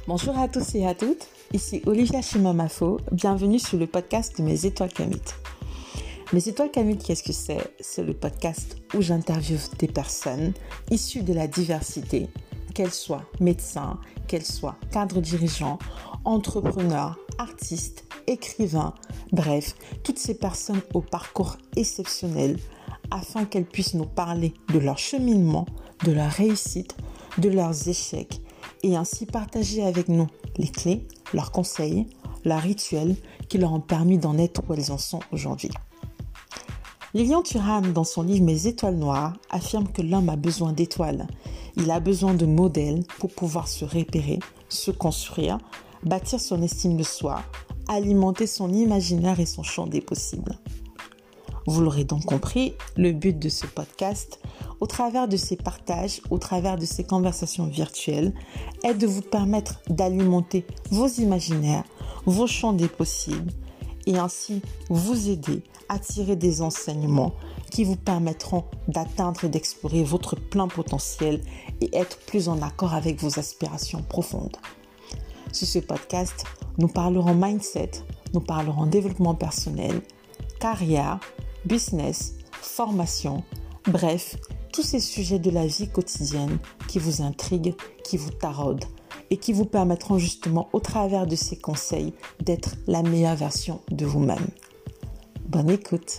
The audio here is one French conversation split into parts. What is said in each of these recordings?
Bonjour à tous et à toutes, ici Olivia Chimamafo, bienvenue sur le podcast de Mes Étoiles Kamit. Mes Étoiles Kamit, qu'est-ce que c'est? C'est le podcast où j'interviewe des personnes issues de la diversité, qu'elles soient médecins, qu'elles soient cadres dirigeants, entrepreneurs, artistes, écrivains, bref, toutes ces personnes au parcours exceptionnel afin qu'elles puissent nous parler de leur cheminement, de leur réussite, de leurs échecs et ainsi partager avec nous les clés, leurs conseils, leurs rituels qui leur ont permis d'en être où elles en sont aujourd'hui. Lilian Thuram, dans son livre Mes étoiles noires, affirme que l'homme a besoin d'étoiles. Il a besoin de modèles pour pouvoir se repérer, se construire, bâtir son estime de soi, alimenter son imaginaire et son champ des possibles. Vous l'aurez donc compris, le but de ce podcast, au travers de ces partages, au travers de ces conversations virtuelles, est de vous permettre d'alimenter vos imaginaires, vos champs des possibles et ainsi vous aider à tirer des enseignements qui vous permettront d'atteindre et d'explorer votre plein potentiel et être plus en accord avec vos aspirations profondes. Sur ce podcast, nous parlerons mindset, nous parlerons développement personnel, carrière, business, formation, bref, tous ces sujets de la vie quotidienne qui vous intriguent, qui vous taraudent et qui vous permettront justement au travers de ces conseils d'être la meilleure version de vous-même. Bonne écoute!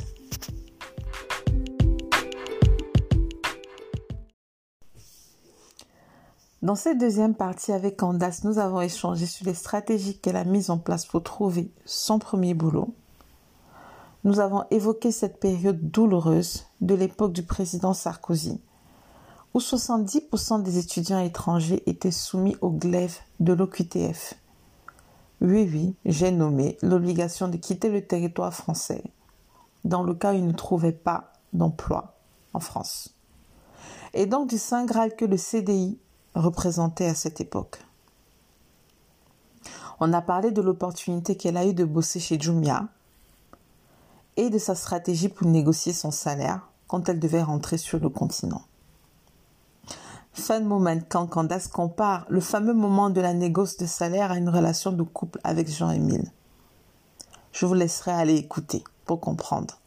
Dans cette deuxième partie avec Candace, nous avons échangé sur les stratégies qu'elle a mises en place pour trouver son premier boulot. Nous avons évoqué cette période douloureuse de l'époque du président Sarkozy, où 70% des étudiants étrangers étaient soumis au glaive de l'OQTF. Oui, j'ai nommé l'obligation de quitter le territoire français, dans le cas où ils ne trouvaient pas d'emploi en France. Et donc du saint Graal que le CDI représentait à cette époque. On a parlé de l'opportunité qu'elle a eue de bosser chez Jumia, et de sa stratégie pour négocier son salaire quand elle devait rentrer sur le continent. Fun moment quand Candace compare le fameux moment de la négoce de salaire à une relation de couple avec Jean-Émile. Je vous laisserai aller écouter pour comprendre.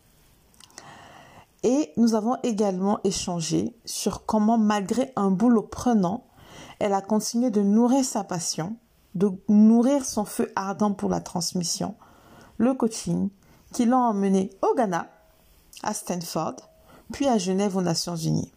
Et nous avons également échangé sur comment, malgré un boulot prenant, elle a continué de nourrir sa passion, de nourrir son feu ardent pour la transmission, le coaching, qui l'ont emmenée au Ghana, à Stanford, puis à Genève aux Nations Unies.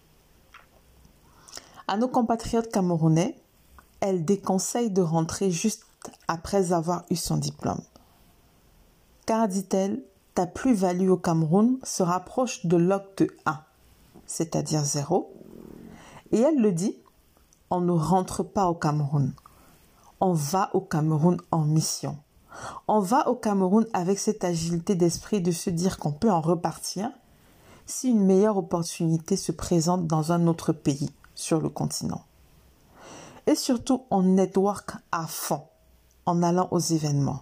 À nos compatriotes camerounais, elle déconseille de rentrer juste après avoir eu son diplôme. Car, dit-elle, ta plus-value au Cameroun se rapproche de log de 1, c'est-à-dire 0. Et elle le dit, on ne rentre pas au Cameroun. On va au Cameroun en mission. On va au Cameroun avec cette agilité d'esprit de se dire qu'on peut en repartir si une meilleure opportunité se présente dans un autre pays sur le continent. Et surtout, on network à fond en allant aux événements.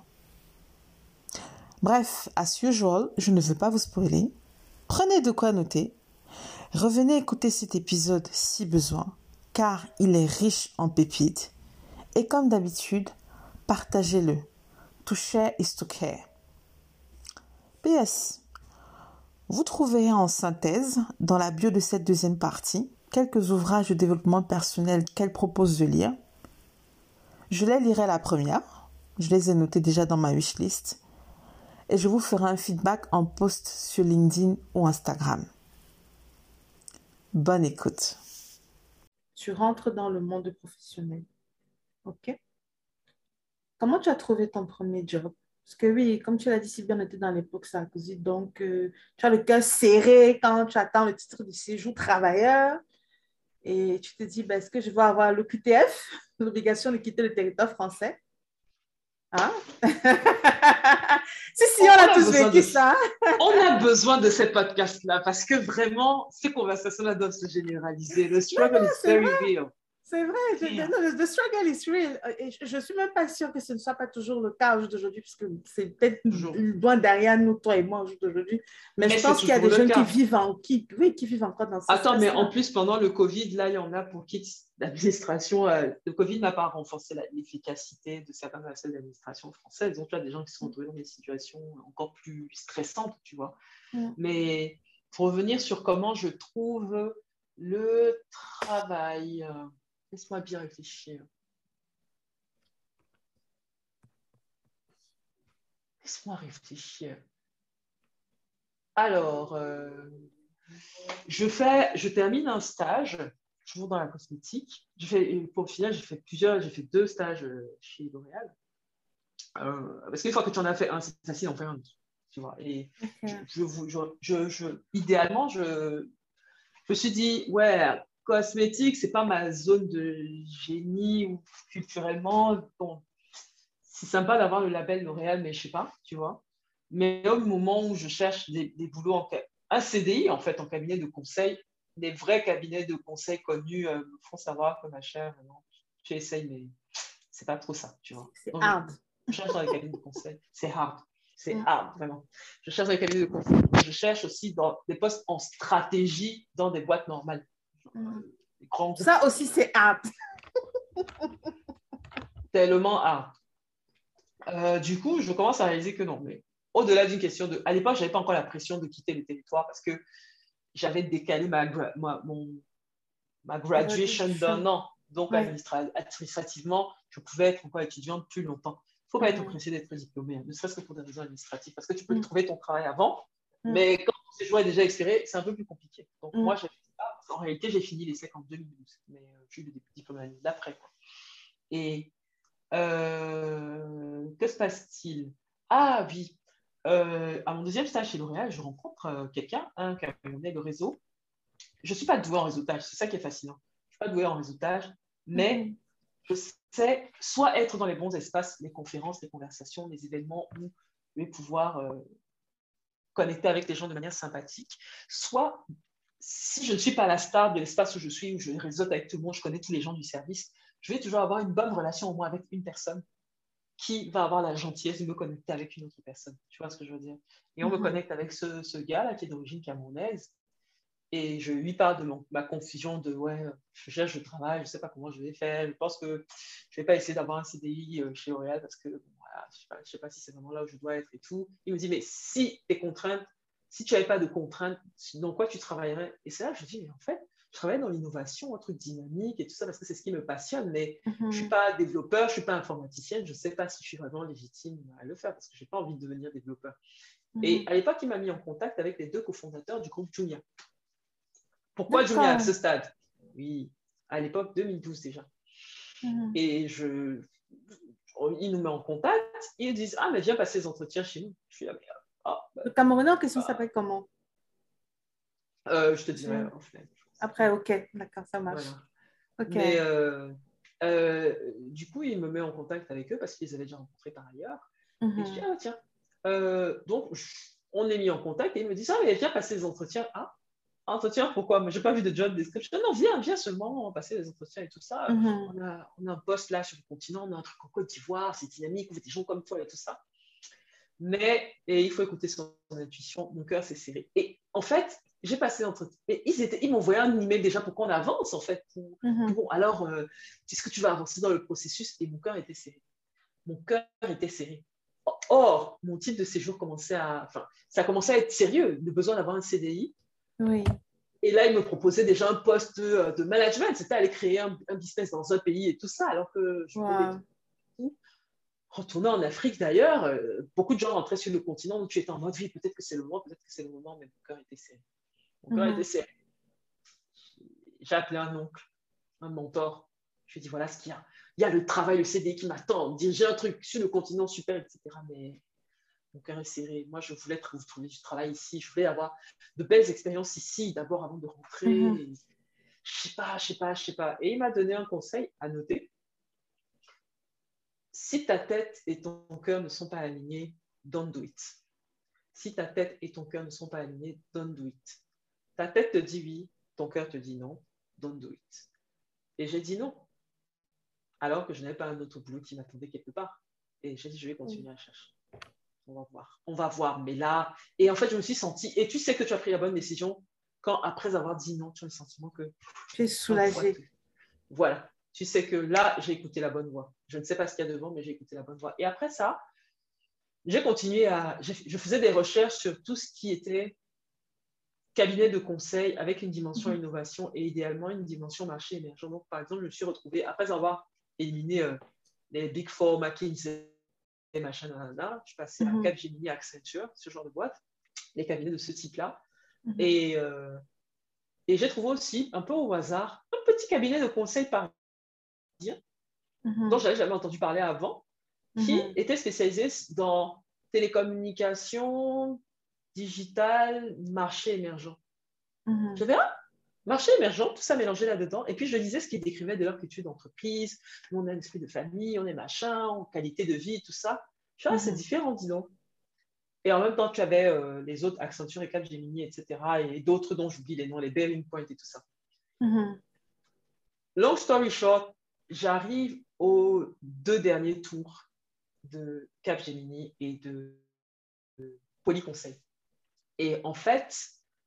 Bref, as usual, je ne veux pas vous spoiler. Prenez de quoi noter. Revenez écouter cet épisode si besoin, car il est riche en pépites. Et comme d'habitude, partagez-le. To share is to care. PS. Vous trouverez en synthèse, dans la bio de cette deuxième partie, quelques ouvrages de développement personnel qu'elle propose de lire. Je les lirai la première. Je les ai notés déjà dans ma wishlist. Et je vous ferai un feedback en post sur LinkedIn ou Instagram. Bonne écoute. Tu rentres dans le monde professionnel. OK? Comment tu as trouvé ton premier job? Parce que oui, comme tu l'as dit si bien, on était dans l'époque Sarkozy, donc tu as le cœur serré quand tu attends le titre de séjour travailleur et tu te dis, ben, est-ce que je vais avoir l'OQTF, l'obligation de quitter le territoire français? Hein? Si, on a tous vécu ça. On a besoin de ces podcasts-là parce que vraiment, ces conversations-là doivent se généraliser. Le struggle is very real. C'est vrai, the struggle is real. Et je ne suis même pas sûre que ce ne soit pas toujours le cas au jour d'aujourd'hui, puisque c'est peut-être loin derrière nous, toi et moi, au jour d'aujourd'hui. Mais je pense qu'il y a des jeunes qui vivent encore dans ce stress. Attends, mais en plus, pendant le Covid, là, il y en a pour qui l'administration, le Covid n'a pas renforcé l'efficacité de certains aspects de l'administration française. Donc, tu as des gens qui se sont retrouvés dans des situations encore plus stressantes, tu vois. Mais pour revenir sur comment je trouve le travail, laisse-moi bien réfléchir. Laisse-moi réfléchir. Alors, je termine un stage, toujours dans la cosmétique. Pour le final, j'ai fait 2 stages chez L'Oréal. Parce qu'une fois que tu en as fait un, c'est facile d'en faire un autre. Tu vois. Et idéalement, je me suis dit, ouais, cosmétique, c'est pas ma zone de génie ou culturellement. Bon, c'est sympa d'avoir le label L'Oréal, mais je sais pas, tu vois. Mais au moment où je cherche des boulots, un CDI en fait, en cabinet de conseil, les vrais cabinets de conseil connus me font savoir que ma chère, non, tu essayes, mais c'est pas trop ça, tu vois. C'est hard. Je cherche dans les cabinets de conseil, c'est hard. C'est hard, vraiment. Je cherche dans les cabinets de conseil. Je cherche aussi dans des postes en stratégie dans des boîtes normales. Des grands groupes. Ça aussi, c'est hard. Tellement hard. Du coup, je commence à réaliser que non. Mais au-delà d'une question de... À l'époque, je n'avais pas encore la pression de quitter le territoire parce que j'avais décalé ma graduation d'un an. Donc, administrativement, je pouvais être encore étudiante plus longtemps. Il ne faut pas être pressé d'être diplômé, ne serait-ce que pour des raisons administratives, parce que tu peux trouver ton travail avant, mais quand ton séjour est déjà expiré, c'est un peu plus compliqué. Donc, moi, en réalité, j'ai fini l'ESSEC en 2012, mais j'ai eu le diplôme l'année d'après. Et que se passe-t-il? Ah oui, à mon 2e stage chez L'Oréal, je rencontre quelqu'un, un Camerounais de réseau. Je ne suis pas douée en réseautage, c'est ça qui est fascinant. Je ne suis pas douée en réseautage, mais je sais soit être dans les bons espaces, les conférences, les conversations, les événements où je vais pouvoir connecter avec les gens de manière sympathique, soit si je ne suis pas la star de l'espace où je réseaute avec tout le monde, je connais tous les gens du service, je vais toujours avoir une bonne relation au moins avec une personne qui va avoir la gentillesse de me connecter avec une autre personne. Tu vois ce que je veux dire? Et on me connecte avec ce gars-là qui est d'origine camerounaise. Et je lui parle de ma confusion de ouais, je cherche le travail, je ne sais pas comment je vais faire. Je pense que je ne vais pas essayer d'avoir un CDI chez L'Oréal parce que bon, voilà, je ne sais pas si c'est vraiment là où je dois être et tout. Il me dit, mais si tes contraintes, si tu n'avais pas de contraintes, dans quoi tu travaillerais? Et c'est là que je dis, mais en fait, je travaille dans l'innovation, un truc dynamique et tout ça parce que c'est ce qui me passionne, mais je ne suis pas développeur, je ne suis pas informaticienne, je ne sais pas si je suis vraiment légitime à le faire parce que je n'ai pas envie de devenir développeur. Et à l'époque, il m'a mis en contact avec les 2 cofondateurs du groupe Jumia. Pourquoi Jumia à ce stade? Oui, à l'époque, 2012 déjà. Et il nous met en contact, ils disent, ah, mais viens passer les entretiens chez nous. Je suis là, mais, le Camerounais en question s'appelle comment? Je te dirai. Après, ok, d'accord, ça marche. Voilà. Mais du coup, il me met en contact avec eux parce qu'ils avaient déjà rencontré par ailleurs. Et je dis, ah, tiens. Donc, on est mis en contact et ils me disent, ah, mais viens passer les entretiens. Ah, entretien, pourquoi? Mais je n'ai pas vu de job description. Non, viens seulement passer les entretiens et tout ça. On a un poste là sur le continent, on a un truc en Côte d'Ivoire, c'est dynamique, on fait des gens comme toi et tout ça. Mais il faut écouter son intuition, mon cœur s'est serré. Et en fait, j'ai passé l'entretien. Et ils m'ont envoyé un email déjà pour qu'on avance, en fait. Bon, alors, est-ce que tu vas avancer dans le processus? Et mon cœur était serré. Mon cœur était serré. Or, mon titre de séjour ça commençait à être sérieux, le besoin d'avoir un CDI. Oui. Et là, il me proposait déjà un poste de management. C'était aller créer un business dans un pays et tout ça, alors que je voulais tout. Retourner en Afrique d'ailleurs, beaucoup de gens rentraient sur le continent où tu étais en mode vie, peut-être que c'est le moment, peut-être que c'est le moment, mais mon cœur était serré. Mon cœur était serré. J'ai appelé un oncle, un mentor. Je lui ai dit voilà ce qu'il y a. Il y a le travail, le CDI qui m'attend, diriger un truc sur le continent, super, etc. Mais mon cœur est serré. Moi, je voulais trouver du travail ici. Je voulais avoir de belles expériences ici, d'abord avant de rentrer. Je sais pas. Et il m'a donné un conseil à noter. Si ta tête et ton cœur ne sont pas alignés, don't do it. Si ta tête et ton cœur ne sont pas alignés, don't do it. Ta tête te dit oui, ton cœur te dit non, don't do it. Et j'ai dit non, alors que je n'avais pas un autre boulot qui m'attendait quelque part. Et j'ai dit, je vais continuer à chercher. On va voir. Mais là, et en fait, je me suis sentie, et tu sais que tu as pris la bonne décision quand, après avoir dit non, tu as le sentiment que tu es soulagée. Voilà. Tu sais que là, j'ai écouté la bonne voix. Je ne sais pas ce qu'il y a devant, mais j'ai écouté la bonne voix. Et après ça, j'ai continué je faisais des recherches sur tout ce qui était cabinet de conseil avec une dimension innovation et idéalement une dimension marché émergent. Donc, par exemple, je me suis retrouvée, après avoir éliminé les Big Four, McKinsey, machin, nanana, je passais à Capgemini, Accenture, ce genre de boîte, les cabinets de ce type-là. Et j'ai trouvé aussi, un peu au hasard, un petit cabinet de conseil parisien, dont je n'avais jamais entendu parler avant, qui était spécialisé dans télécommunications, digital, marché émergent. Je vais marché émergent, tout ça mélangé là-dedans. Et puis, je lisais ce qu'ils décrivaient de leur culture d'entreprise. On a un esprit de famille, on est machin, on qualité de vie, tout ça. Je dis, c'est différent, dis donc. Et en même temps, tu avais les autres, Accenture et Capgemini, etc. Et d'autres dont j'oublie les noms, les Bearing Point et tout ça. Long story short, j'arrive aux 2 derniers tours de Capgemini et de Polyconseil. Et en fait,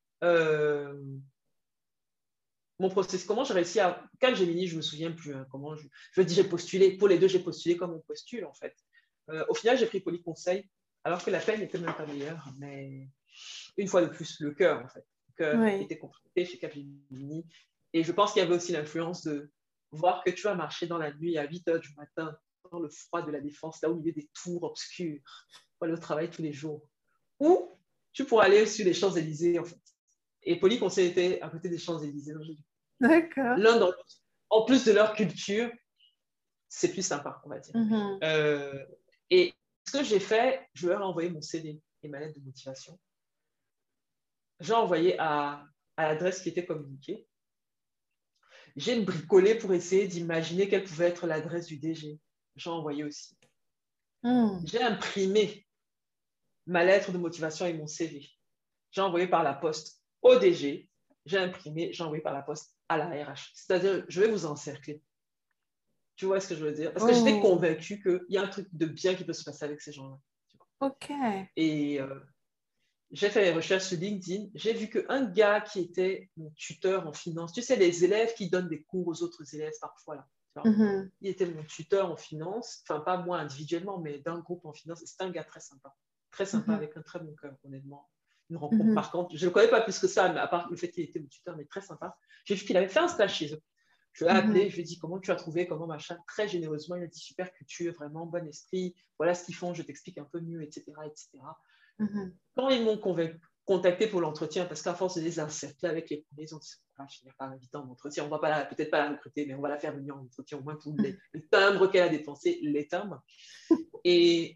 mon processus, comment j'ai réussi à... Capgemini, je ne me souviens plus comment je dis j'ai postulé. Pour les 2, j'ai postulé comme on postule, en fait. Au final, j'ai pris Polyconseil, alors que la peine n'était même pas meilleure. Mais une fois de plus, le cœur, en fait. Le cœur était contracté chez Capgemini. Et je pense qu'il y avait aussi l'influence de voir que tu vas marcher dans la nuit à 8 h du matin, dans le froid de la Défense, là au milieu des tours obscures, pour aller au travail tous les jours. Ou tu pourrais aller sur les Champs-Élysées, en fait. Et Polyconseil était à côté des Champs-Élysées. D'accord. L'un dans l'autre. En plus de leur culture, c'est plus sympa, on va dire. Et ce que j'ai fait, je leur ai envoyé mon CV et ma lettre de motivation. J'ai envoyé à l'adresse qui était communiquée. J'ai bricolé pour essayer d'imaginer quelle pouvait être l'adresse du DG. J'ai envoyé aussi. J'ai imprimé ma lettre de motivation et mon CV. J'ai envoyé par la poste au DG. J'ai imprimé, j'ai envoyé par la poste à la RH. C'est-à-dire, je vais vous encercler. Tu vois ce que je veux dire? Parce que j'étais convaincue qu'il y a un truc de bien qui peut se passer avec ces gens-là. OK. Et j'ai fait les recherches sur LinkedIn. J'ai vu qu'un gars qui était mon tuteur en finance, tu sais, les élèves qui donnent des cours aux autres élèves parfois, là. Il était mon tuteur en finance, enfin pas moi individuellement, mais d'un groupe en finance. C'était un gars très sympa, avec un très bon cœur, honnêtement. Une rencontre marquante. Je ne le connais pas plus que ça, mais à part le fait qu'il était mon tuteur, mais très sympa. J'ai vu qu'il avait fait un stage chez eux. Je l'ai appelé, je lui ai dit comment tu as trouvé, comment machin. Très généreusement, il m'a dit super culture, vraiment bon esprit. Voilà ce qu'ils font, je t'explique un peu mieux, etc. etc. Quand ils m'ont contacté pour l'entretien, parce qu'à force de les encercler avec les premiers, ils ont dit je ne vais pas l'inviter en entretien, on ne va peut-être pas la recruter, mais on va la faire venir en entretien, au moins pour les timbres qu'elle a dépensés, les timbres. Et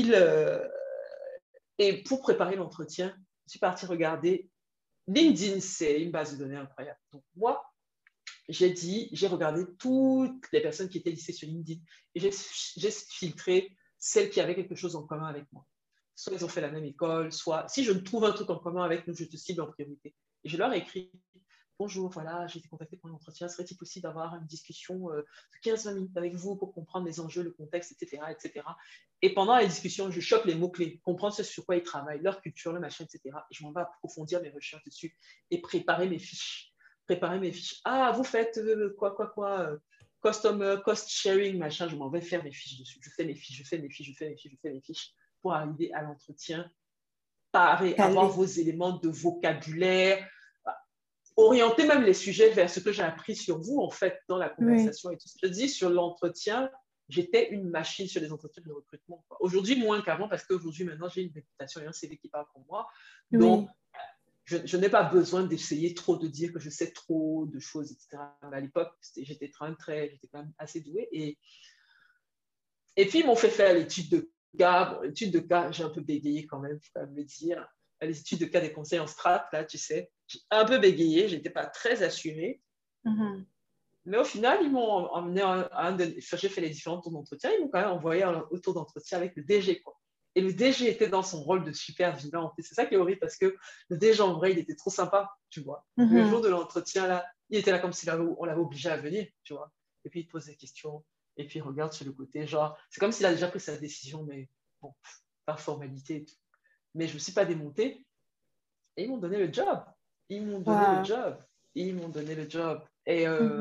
pour préparer l'entretien, je suis partie regarder. LinkedIn, c'est une base de données incroyable. Donc, moi, j'ai regardé toutes les personnes qui étaient listées sur LinkedIn et j'ai filtré celles qui avaient quelque chose en commun avec moi. Soit ils ont fait la même école, soit si je trouve un truc en commun avec nous, je te cible en priorité. Et je leur ai écrit bonjour, voilà, j'ai été contactée pour un entretien. Serait-il possible d'avoir une discussion de 15-20 minutes avec vous pour comprendre les enjeux, le contexte, etc., etc. Et pendant la discussion, je chope les mots-clés, comprendre ce sur quoi ils travaillent, leur culture, le machin, etc. Et je m'en vais approfondir mes recherches dessus et préparer mes fiches. Ah, vous faites customer, cost sharing, machin. Je m'en vais faire mes fiches dessus. Je fais mes fiches pour arriver à l'entretien, avoir vos éléments de vocabulaire, orienter même les sujets vers ce que j'ai appris sur vous, en fait, dans la conversation. Et tout. Je dis, sur l'entretien, j'étais une machine sur les entretiens de recrutement. Aujourd'hui, moins qu'avant, parce qu'aujourd'hui, maintenant, j'ai une réputation et un CV qui parle pour moi. Donc, je n'ai pas besoin d'essayer trop de dire que je sais trop de choses, etc. Mais à l'époque, j'étais quand même assez douée. Et puis, ils m'ont fait faire l'étude de cas. Bon, l'étude de cas, j'ai un peu bégayé quand même, il faut quand même le dire. Les études de cas des conseils en strat, là, tu sais, j'ai un peu bégayé, je n'étais pas très assurée. Mais au final, ils m'ont emmené j'ai fait les différents tours d'entretien, ils m'ont quand même envoyé au tour d'entretien avec le DG, quoi. Et le DG était dans son rôle de super vilain. C'est ça qui est horrible parce que le DG, en vrai, il était trop sympa, tu vois. Le jour de l'entretien, là, il était là comme si on l'avait obligé à venir, tu vois. Et puis, il te pose des questions. Et puis, il regarde sur le côté. Genre, c'est comme s'il a déjà pris sa décision, mais bon, par formalité et tout. Mais je ne me suis pas démontée. Et ils m'ont donné le job. Ils m'ont donné le job. Ils m'ont donné le job. Et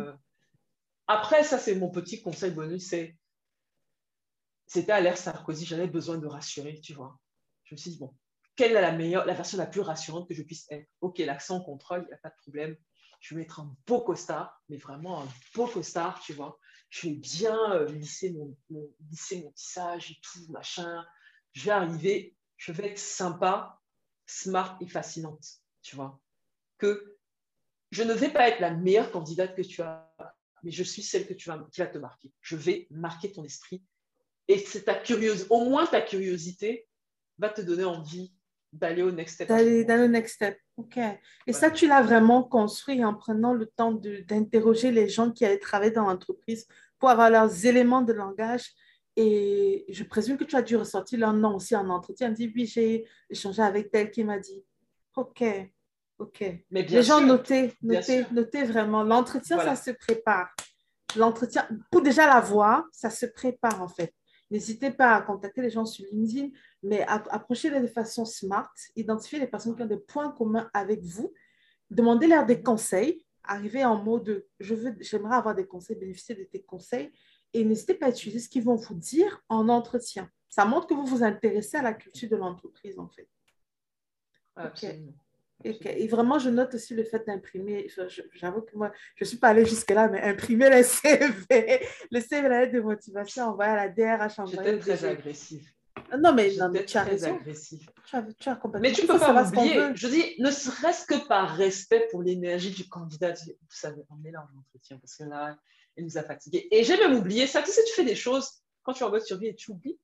après, ça, c'est mon petit conseil bonus. C'était à l'ère Sarkozy. J'avais besoin de rassurer, tu vois. Je me suis dit, bon, quelle est la version la plus rassurante que je puisse être? Ok, l'accent contrôle, il n'y a pas de problème. Je vais mettre un beau costard, mais vraiment un beau costard, tu vois. Je vais bien lisser mon tissage et tout, machin. Je vais arriver, je vais être sympa, smart et fascinante, tu vois. Que je ne vais pas être la meilleure candidate que tu as, mais je suis celle qui va te marquer. Je vais marquer ton esprit. Et c'est au moins ta curiosité va te donner envie d'aller au next step. D'aller dans le next step. OK. Et ça, tu l'as vraiment construit en prenant le temps d'interroger les gens qui allaient travailler dans l'entreprise pour avoir leurs éléments de langage. Et je présume que tu as dû ressortir leur nom aussi en entretien. Dit, oui, j'ai échangé avec tel qui m'a dit. OK. OK. Mais bien Les gens sûr, notez vraiment. L'entretien, ça se prépare. L'entretien, pour déjà la voir, ça se prépare en fait. N'hésitez pas à contacter les gens sur LinkedIn, mais approchez-les de façon smart, identifiez les personnes qui ont des points communs avec vous, demandez-leur des conseils, arrivez en mode j'aimerais avoir des conseils, bénéficier de tes conseils, et n'hésitez pas à utiliser ce qu'ils vont vous dire en entretien. Ça montre que vous vous intéressez à la culture de l'entreprise en fait. Absolument. Okay. Et vraiment, je note aussi le fait d'imprimer. J'avoue que moi, je ne suis pas allée jusque-là, mais imprimer les CV, le CV, la lettre de motivation, envoyer à la DRH, envoyer J'étais très agressive. Non, mais tu as raison. Tu as complètement. Mais tu ne peux pas m'oublier. Je dis, ne serait-ce que par respect pour l'énergie du candidat. Vous savez, on est là en entretien parce que là, il nous a fatigués. Et j'ai même oublié ça. Tu sais, tu fais des choses quand tu es en mode survie et tu oublies.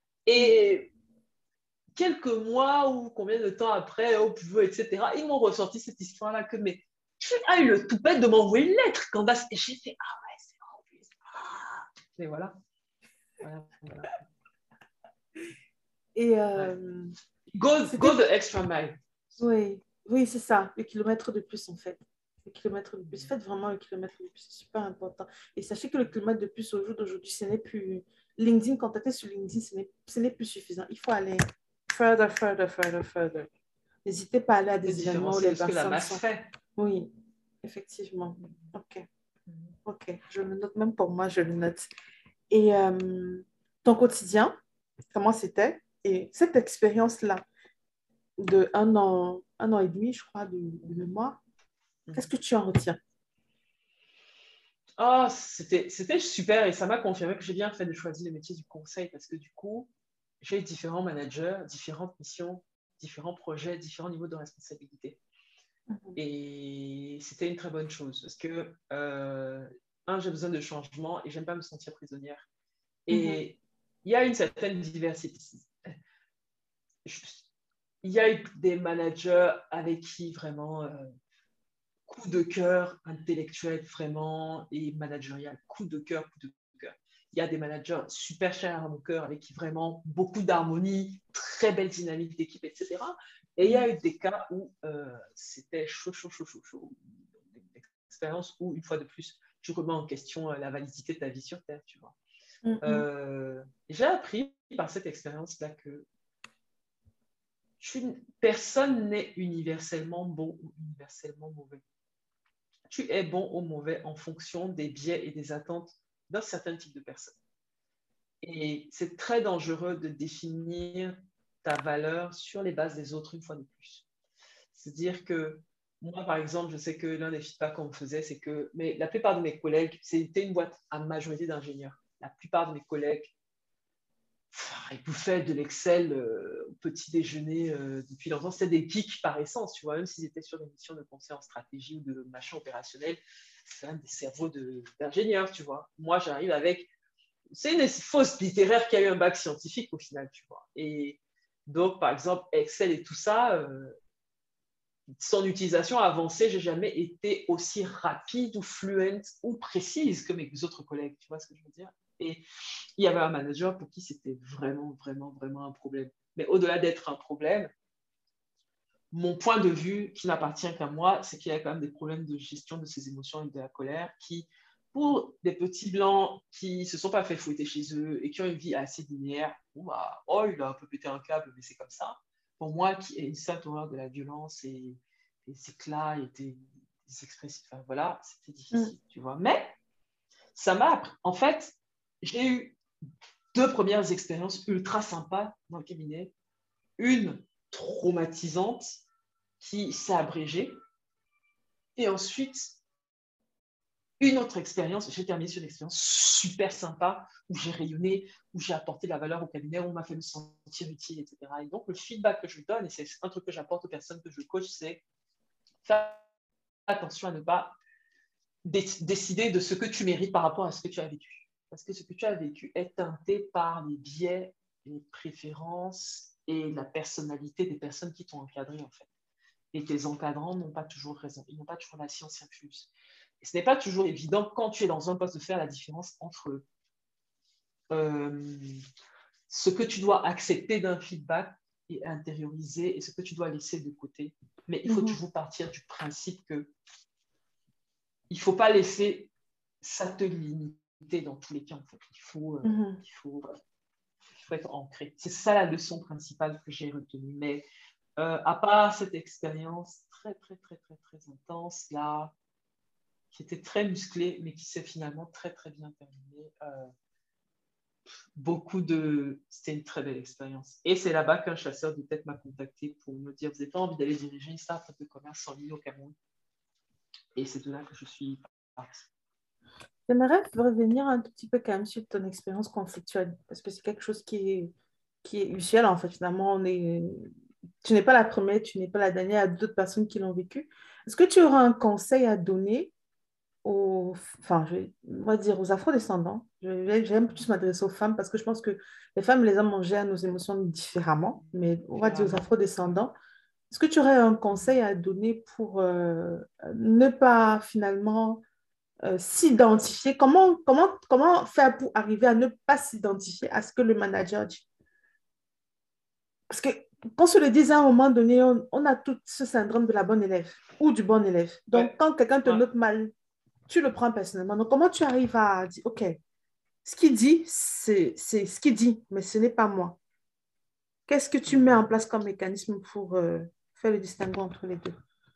Et quelques mois ou combien de temps après, au bureau, etc., ils m'ont ressorti cette histoire-là que, mais tu as eu le toupet de m'envoyer une lettre, Candace. Et j'ai fait, ah ouais, c'est en plus. Et voilà. Et go the extra mile. Oui, c'est ça, le kilomètre de plus en fait. Le kilomètre de plus. Faites vraiment le kilomètre de plus, c'est super important. Et sachez que le kilomètre de plus au jour d'aujourd'hui, ce n'est plus. LinkedIn, contacter sur LinkedIn, ce n'est plus suffisant. Il faut aller further. N'hésitez pas à aller à des événements où les personnes sont. Oui, effectivement. Ok. Je le note même pour moi, je le note. Et ton quotidien, comment c'était? Et cette expérience-là de un an et demi, je crois, de mémoire, qu'est-ce que tu en retiens? Oh, c'était super et ça m'a confirmé que j'ai bien fait de choisir le métier du conseil parce que du coup, j'ai différents managers, différentes missions, différents projets, différents niveaux de responsabilité. Et c'était une très bonne chose parce que, j'ai besoin de changement et j'aime pas me sentir prisonnière. Et il y a une certaine diversité. Il y a eu des managers avec qui vraiment coup de cœur intellectuel vraiment et managérial, coup de cœur. Il y a des managers super chers à mon cœur avec qui vraiment beaucoup d'harmonie, très belle dynamique d'équipe, etc. Et il y a eu des cas où c'était chaud. Une expérience où, une fois de plus, tu remets en question la validité de ta vie sur Terre, tu vois. J'ai appris par cette expérience-là que personne n'est universellement bon ou universellement mauvais. Tu es bon ou mauvais en fonction des biais et des attentes d'un certain type de personne. Et c'est très dangereux de définir ta valeur sur les bases des autres une fois de plus. C'est-à-dire que moi, par exemple, je sais que l'un des feedbacks qu'on me faisait, c'est que la plupart de mes collègues, c'était une boîte à majorité d'ingénieurs. La plupart de mes collègues, ils bouffaient de l'Excel au petit déjeuner depuis longtemps. C'était des geeks par essence, tu vois, même s'ils étaient sur des missions de conseil en stratégie ou de machin opérationnel, c'est même des cerveaux d'ingénieurs, tu vois. Moi, j'arrive avec... C'est une fausse littéraire qui a eu un bac scientifique au final, tu vois. Et donc, par exemple, Excel et tout ça, son utilisation avancée, j'ai jamais été aussi rapide ou fluente ou précise que mes autres collègues, tu vois ce que je veux dire? Et il y avait un manager pour qui c'était vraiment un problème. Mais au-delà d'être un problème, mon point de vue, qui n'appartient qu'à moi, c'est qu'il y a quand même des problèmes de gestion de ces émotions et de la colère qui, pour des petits blancs qui ne se sont pas fait fouetter chez eux et qui ont une vie assez linéaire, bon bah, oh, il a un peu pété un câble, mais c'est comme ça. Pour moi, qui ai une sainte horreur de la violence et ces éclats et des expressifs, enfin, voilà, c'était difficile, tu vois. Mais ça m'a appris. En fait, j'ai eu 2 premières expériences ultra sympas dans le cabinet. Une traumatisante qui s'est abrégée. Et ensuite, une autre expérience, j'ai terminé sur une expérience super sympa où j'ai rayonné, où j'ai apporté de la valeur au cabinet, où on m'a fait me sentir utile, etc. Et donc, le feedback que je donne, et c'est un truc que j'apporte aux personnes que je coach, c'est faire attention à ne pas décider de ce que tu mérites par rapport à ce que tu as vécu. Parce que ce que tu as vécu est teinté par les biais, les préférences et la personnalité des personnes qui t'ont encadré, en fait. Et tes encadrants n'ont pas toujours raison, ils n'ont pas toujours la science infuse. Et ce n'est pas toujours évident quand tu es dans un poste de faire la différence entre ce que tu dois accepter d'un feedback et intérioriser et ce que tu dois laisser de côté. Mais il faut toujours partir du principe que il ne faut pas laisser ça te limiter dans tous les cas. En fait. Il faut être ancré. C'est ça la leçon principale que j'ai retenue. Mais à part cette expérience très, très, très, très, très intense, là, qui était très musclée, mais qui s'est finalement très, très bien terminée, c'était une très belle expérience. Et c'est là-bas qu'un chasseur de tête m'a contacté pour me dire, vous n'avez pas envie d'aller diriger une start-up de commerce en ligne au Cameroun? Et c'est de là que je suis partie. J'aimerais revenir un tout petit peu quand même sur ton expérience conflictuelle, parce que c'est quelque chose qui est usuel en fait. Finalement, tu n'es pas la première, tu n'es pas la dernière, il y a d'autres personnes qui l'ont vécu. Est-ce que tu auras un conseil à donner on va dire aux afrodescendants? J'aime plus m'adresser aux femmes parce que je pense que les femmes et les hommes, on gère nos émotions différemment, mais on va dire aux afrodescendants. Est-ce que tu aurais un conseil à donner pour ne pas finalement s'identifier? Comment faire pour arriver à ne pas s'identifier à ce que le manager dit? Parce que, qu'on se le dise à un moment donné, on a tout ce syndrome de la bonne élève ou du bon élève. Donc, quand quelqu'un te note mal, tu le prends personnellement. Donc, comment tu arrives à dire, OK, ce qu'il dit, c'est ce qu'il dit, mais ce n'est pas moi. Qu'est-ce que tu mets en place comme mécanisme pour faire le distinguo entre les deux?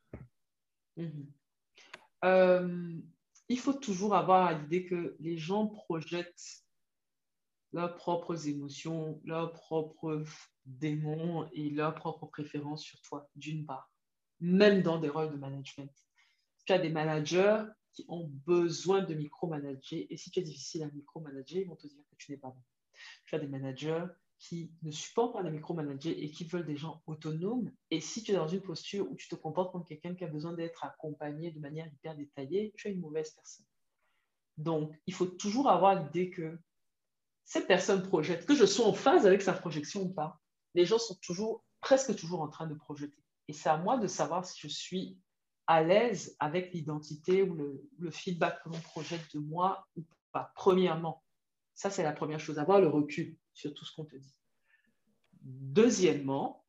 Il faut toujours avoir l'idée que les gens projettent leurs propres émotions, leurs propres démons et leurs propres préférences sur toi, d'une part, même dans des rôles de management. Tu as des managers qui ont besoin de micromanager et si tu es difficile à micromanager, ils vont te dire que tu n'es pas bon. Tu as des managers qui ne supportent pas les micromanager et qui veulent des gens autonomes. Et si tu es dans une posture où tu te comportes comme quelqu'un qui a besoin d'être accompagné de manière hyper détaillée, tu es une mauvaise personne. Donc, il faut toujours avoir l'idée que cette personne projette, que je sois en phase avec sa projection ou pas. Les gens sont presque toujours en train de projeter. Et c'est à moi de savoir si je suis à l'aise avec l'identité ou le feedback que l'on projette de moi ou pas. Premièrement, ça c'est la première chose, avoir le recul sur tout ce qu'on te dit. Deuxièmement,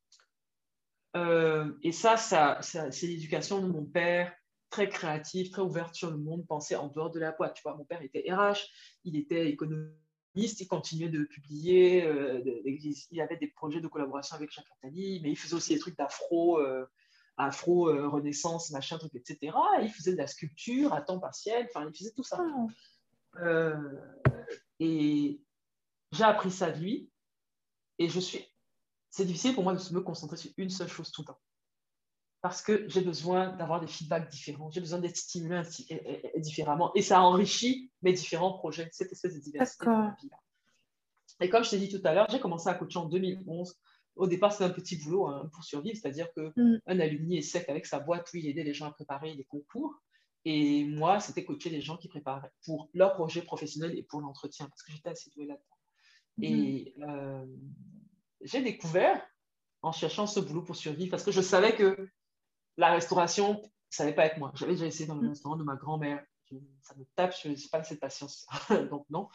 et ça c'est l'éducation de mon père, très créatif, très ouvert sur le monde, pensait en dehors de la boîte. Tu vois, mon père était RH, il était économiste, il continuait de publier, il avait des projets de collaboration avec Jacques Attali, mais il faisait aussi des trucs afro-renaissance, machin, truc, etc. Et il faisait de la sculpture à temps partiel, enfin, il faisait tout ça. Et j'ai appris ça de lui, et c'est difficile pour moi de me concentrer sur une seule chose tout le temps. Parce que j'ai besoin d'avoir des feedbacks différents, j'ai besoin d'être stimulé différemment. Et ça enrichit mes différents projets, cette espèce de diversité dans la vie. Et comme je t'ai dit tout à l'heure, j'ai commencé à coacher en 2011. Au départ, c'était un petit boulot pour survivre, c'est-à-dire qu'un alumni est sec avec sa boîte, lui, il aidait les gens à préparer les concours. Et moi, c'était coacher les gens qui préparaient pour leur projet professionnel et pour l'entretien, parce que j'étais assez douée là-dedans. Et j'ai découvert, en cherchant ce boulot pour survivre, parce que je savais que la restauration, ça n'allait pas être moi. J'avais déjà essayé dans le restaurant de ma grand-mère. Ça me tape, je n'ai pas cette patience. Donc, non.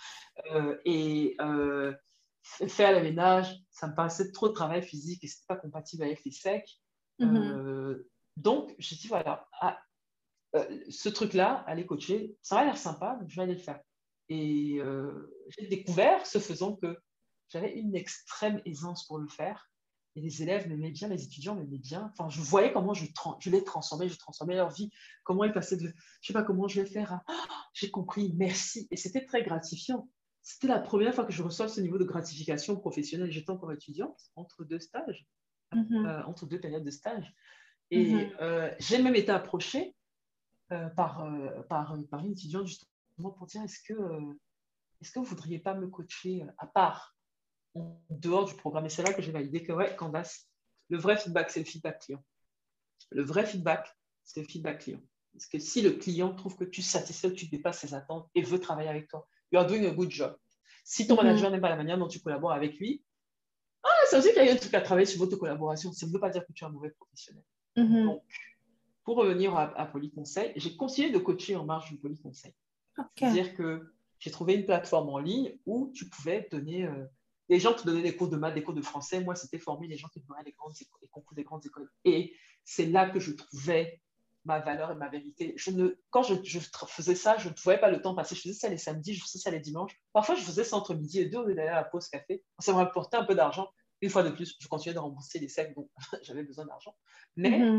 Faire le ménage, ça me paraissait trop de travail physique et ce n'était pas compatible avec les secs. Donc, je dis, voilà, ce truc-là, aller coacher, ça m'a l'air sympa, donc je vais aller le faire. Et j'ai découvert, ce faisant, que j'avais une extrême aisance pour le faire. Et les élèves m'aimaient bien, les étudiants m'aimaient bien. Enfin, je voyais comment je les transformais, je transformais leur vie, comment ils passaient de, je ne sais pas comment je vais faire, à, j'ai compris, merci. Et c'était très gratifiant. C'était la première fois que je reçois ce niveau de gratification professionnelle. J'étais encore étudiante, entre deux stages, entre deux périodes de stage. Et j'ai même été approchée par une étudiante justement pour dire est-ce que vous ne voudriez pas me coacher à part, en dehors du programme? Et c'est là que j'ai validé que ouais, Candace, le vrai feedback, c'est le feedback client. Le vrai feedback, c'est le feedback client. Parce que si le client trouve que tu satisfais, que tu dépasses ses attentes et veut travailler avec toi, you are doing a good job. Si ton manager n'aime pas la manière dont tu collabores avec lui, ça veut dire qu'il y a un truc à travailler sur votre collaboration. Ça ne veut pas dire que tu es un mauvais professionnel. Donc, pour revenir à Polyconseil, j'ai continué de coacher en marge du Polyconseil. C'est-à-dire que j'ai trouvé une plateforme en ligne où tu pouvais donner... les gens qui donnaient des cours de maths, des cours de français, moi, c'était former les gens qui donnaient les concours des grandes écoles. Et c'est là que je trouvais ma valeur et ma vérité. Quand je faisais ça, je ne trouvais pas le temps passer. Je faisais ça les samedis, je faisais ça les dimanches. Parfois, je faisais ça entre midi et deux au lieu d'aller à la pause café. Ça me rapportait un peu d'argent. Une fois de plus, je continuais de rembourser les secs, donc j'avais besoin d'argent. Mais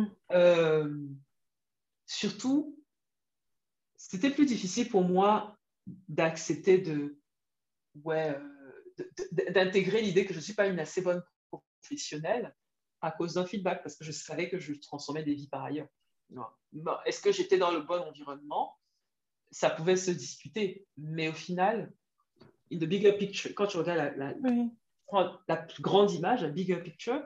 surtout, c'était plus difficile pour moi d'accepter d'intégrer l'idée que je ne suis pas une assez bonne professionnelle à cause d'un feedback, parce que je savais que je transformais des vies par ailleurs. Bon, est-ce que j'étais dans le bon environnement? Ça pouvait se discuter, mais au final, in the bigger picture, quand tu regardes la plus grande image, la bigger picture,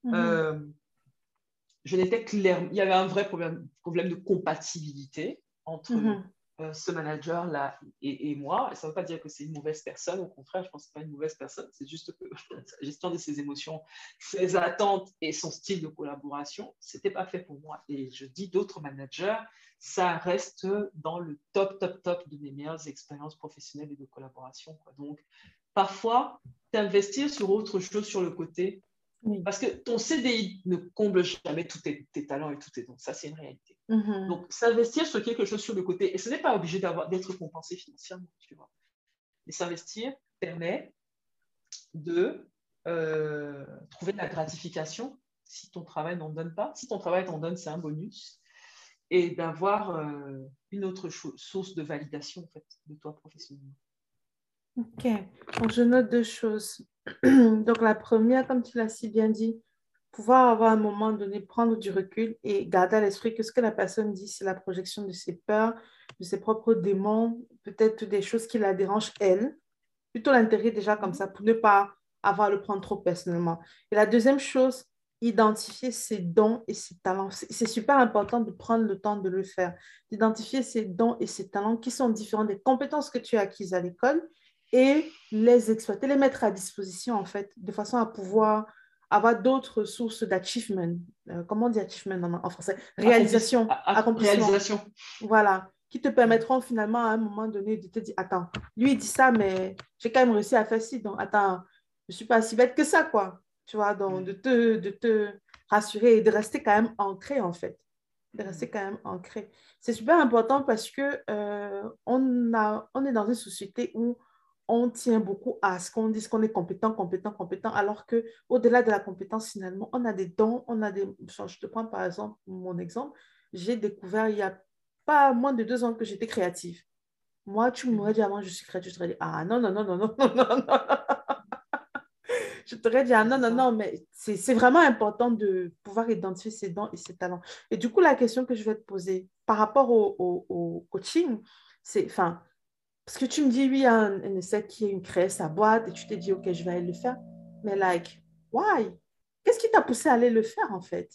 je n'étais clairement... Il y avait un vrai problème de compatibilité entre ce manager-là et moi. Ça ne veut pas dire que c'est une mauvaise personne. Au contraire, je pense que ce n'est pas une mauvaise personne. C'est juste que la gestion de ses émotions, ses attentes et son style de collaboration, ce n'était pas fait pour moi. Et je dis d'autres managers, ça reste dans le top de mes meilleures expériences professionnelles et de collaboration, quoi. Donc, parfois, t'investir sur autre chose sur le côté, parce que ton CDI ne comble jamais tous tes talents et tous tes dons. Ça, c'est une réalité. Donc, s'investir sur quelque chose sur le côté, et ce n'est pas obligé d'être compensé financièrement, tu vois. Mais s'investir permet de trouver de la gratification si ton travail n'en donne pas. Si ton travail t'en donne, c'est un bonus. Et d'avoir une autre source de validation, en fait, de toi professionnellement. Ok, donc je note deux choses. Donc la première, comme tu l'as si bien dit, pouvoir avoir un moment donné, prendre du recul et garder à l'esprit que ce que la personne dit, c'est la projection de ses peurs, de ses propres démons, peut-être des choses qui la dérangent elle. Plutôt l'intégrer déjà comme ça pour ne pas avoir à le prendre trop personnellement. Et la deuxième chose, identifier ses dons et ses talents. C'est super important de prendre le temps de le faire, d'identifier ses dons et ses talents qui sont différents des compétences que tu as acquises à l'école et les exploiter, les mettre à disposition en fait, de façon à pouvoir avoir d'autres sources d'achievement. Comment on dit achievement en français? Réalisation, accomplissement. Réalisation. Voilà, qui te permettront finalement à un moment donné de te dire, attends, lui il dit ça, mais j'ai quand même réussi à faire ci, donc attends, je ne suis pas si bête que ça, quoi. Tu vois, donc de te rassurer et de rester quand même ancré, en fait. De rester quand même ancré. C'est super important parce que on est dans une société où on tient beaucoup à ce qu'on dise qu'on est compétent, alors qu'au-delà de la compétence, finalement, on a des dons, on a des... Je te prends par exemple mon exemple. J'ai découvert il y a pas moins de 2 ans que j'étais créative. Moi, tu m'aurais dit avant, je suis créative, je t'aurais dit, ah non, non, non, non, non, non, non, non. Je t'aurais dit, ah non, non, non, mais c'est vraiment important de pouvoir identifier ses dons et ses talents. Et du coup, la question que je vais te poser par rapport au coaching, c'est, enfin, parce que tu me dis, oui, il y a un essai qui crée sa boîte et tu t'es dit, OK, je vais aller le faire. Mais like, why? Qu'est-ce qui t'a poussé à aller le faire, en fait?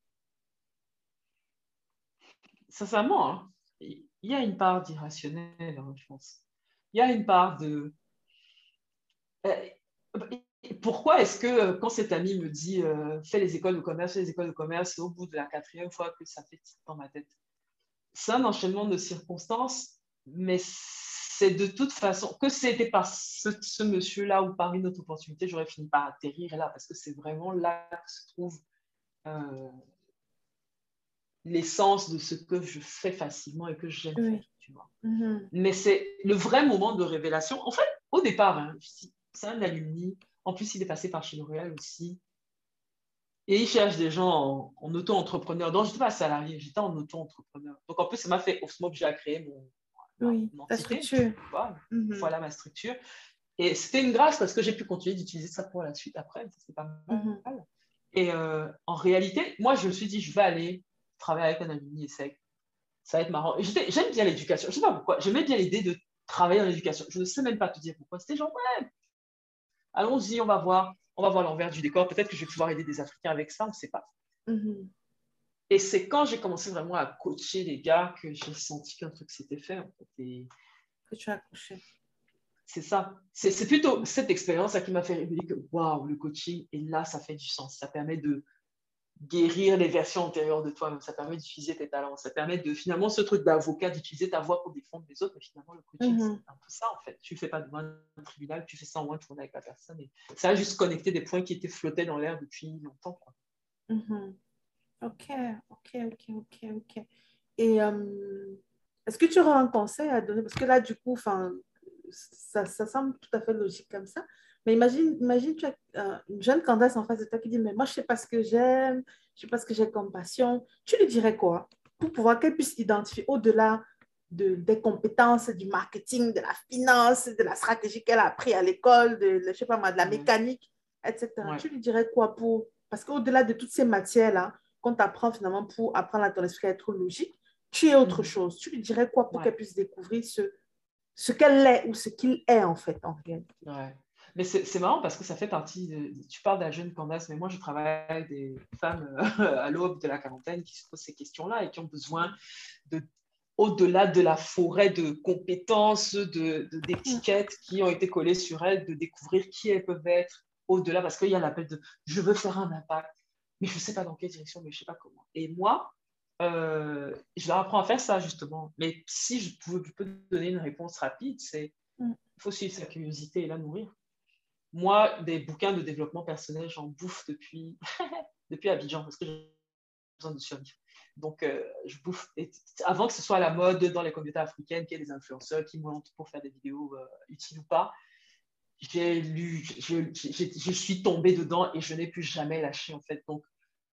Sincèrement, hein, il y a une part d'irrationnel, hein, je pense. Il y a une part de... pourquoi est-ce que quand cet ami me dit fais les écoles de commerce, c'est au bout de la 4e fois que ça fait tilt dans ma tête? C'est un enchaînement de circonstances, mais c'est de toute façon, que c'était par ce monsieur-là ou par une autre opportunité, j'aurais fini par atterrir là, parce que c'est vraiment là que se trouve l'essence de ce que je fais facilement et que j'aime faire, tu vois. Mm-hmm. Mais c'est le vrai moment de révélation. En fait, au départ, hein, c'est un alumni. En plus, il est passé par chez L'Oréal aussi. Et il cherche des gens en auto-entrepreneur. Donc, je n'étais pas salarié, j'étais en auto-entrepreneur. Donc, en plus, ça m'a fait Offsmoke, j'ai créé mon La entité. structure. Voilà, Mm-hmm. voilà ma structure. Et c'était une grâce parce que j'ai pu continuer d'utiliser ça pour la suite après. C'était pas mal. Mm-hmm. Et en réalité, moi, je me suis dit, je vais aller travailler avec un alumni ESSEC. Ça va être marrant. J'aime bien l'éducation. Je ne sais pas pourquoi. J'aimais bien l'idée de travailler dans l'éducation. Je ne sais même pas te dire pourquoi. C'était genre, ouais, allons-y, on va voir l'envers du décor. Peut-être que je vais pouvoir aider des Africains avec ça, on ne sait pas. Mm-hmm. Et c'est quand j'ai commencé vraiment à coacher les gars que j'ai senti qu'un truc s'était fait. En fait. Et que tu as accouché. c'est ça. C'est plutôt cette expérience qui m'a fait révéler que, waouh, le coaching, et là, ça fait du sens. Ça permet de guérir les versions antérieures de toi-même. Ça permet d'utiliser tes talents. Ça permet de, finalement, ce truc d'avocat, d'utiliser ta voix pour défendre les autres. Mais finalement, le coaching, Mm-hmm. c'est un peu ça, en fait. Tu ne fais pas devant un tribunal, tu fais ça en moins tourner avec la personne. Et ça a juste connecté des points qui étaient flottés dans l'air depuis longtemps, quoi. Mm-hmm. Ok. Et est-ce que tu auras un conseil à donner? Parce que là, du coup, ça semble tout à fait logique comme ça. Mais imagine tu as une jeune Candace en face de toi qui dit, mais moi, je ne sais pas ce que j'aime, je ne sais pas ce que j'ai comme passion. Tu lui dirais quoi? Pour pouvoir qu'elle puisse identifier au-delà des compétences, du marketing, de la finance, de la stratégie qu'elle a appris à l'école, je sais pas moi, de la mécanique, etc. Ouais. Tu lui dirais quoi pour... Parce qu'au-delà de toutes ces matières-là, qu'on t'apprend finalement pour apprendre à ton esprit à être logique, tu es autre chose. Tu lui dirais quoi pour qu'elle puisse découvrir ce qu'elle est ou ce qu'il est en fait en réalité. Ouais. Mais c'est marrant parce que ça fait partie tu parles de la jeune Candace, mais moi je travaille avec des femmes à l'aube de la quarantaine qui se posent ces questions-là et qui ont besoin de, au-delà de la forêt de compétences, d'étiquettes qui ont été collées sur elles, de découvrir qui elles peuvent être au-delà, parce qu'il y a l'appel de je veux faire un impact, mais je ne sais pas dans quelle direction, mais je ne sais pas comment. Et moi, je leur apprends à faire ça justement. Mais si je peux donner une réponse rapide, c'est il faut suivre sa curiosité et la nourrir. Moi, des bouquins de développement personnel, j'en bouffe depuis Abidjan parce que j'ai besoin de survivre. Donc, je bouffe. Et avant que ce soit à la mode dans les communautés africaines, qu'il y ait des influenceurs qui montent pour faire des vidéos utiles ou pas, j'ai lu, je suis tombée dedans et je n'ai plus jamais lâché en fait. Donc,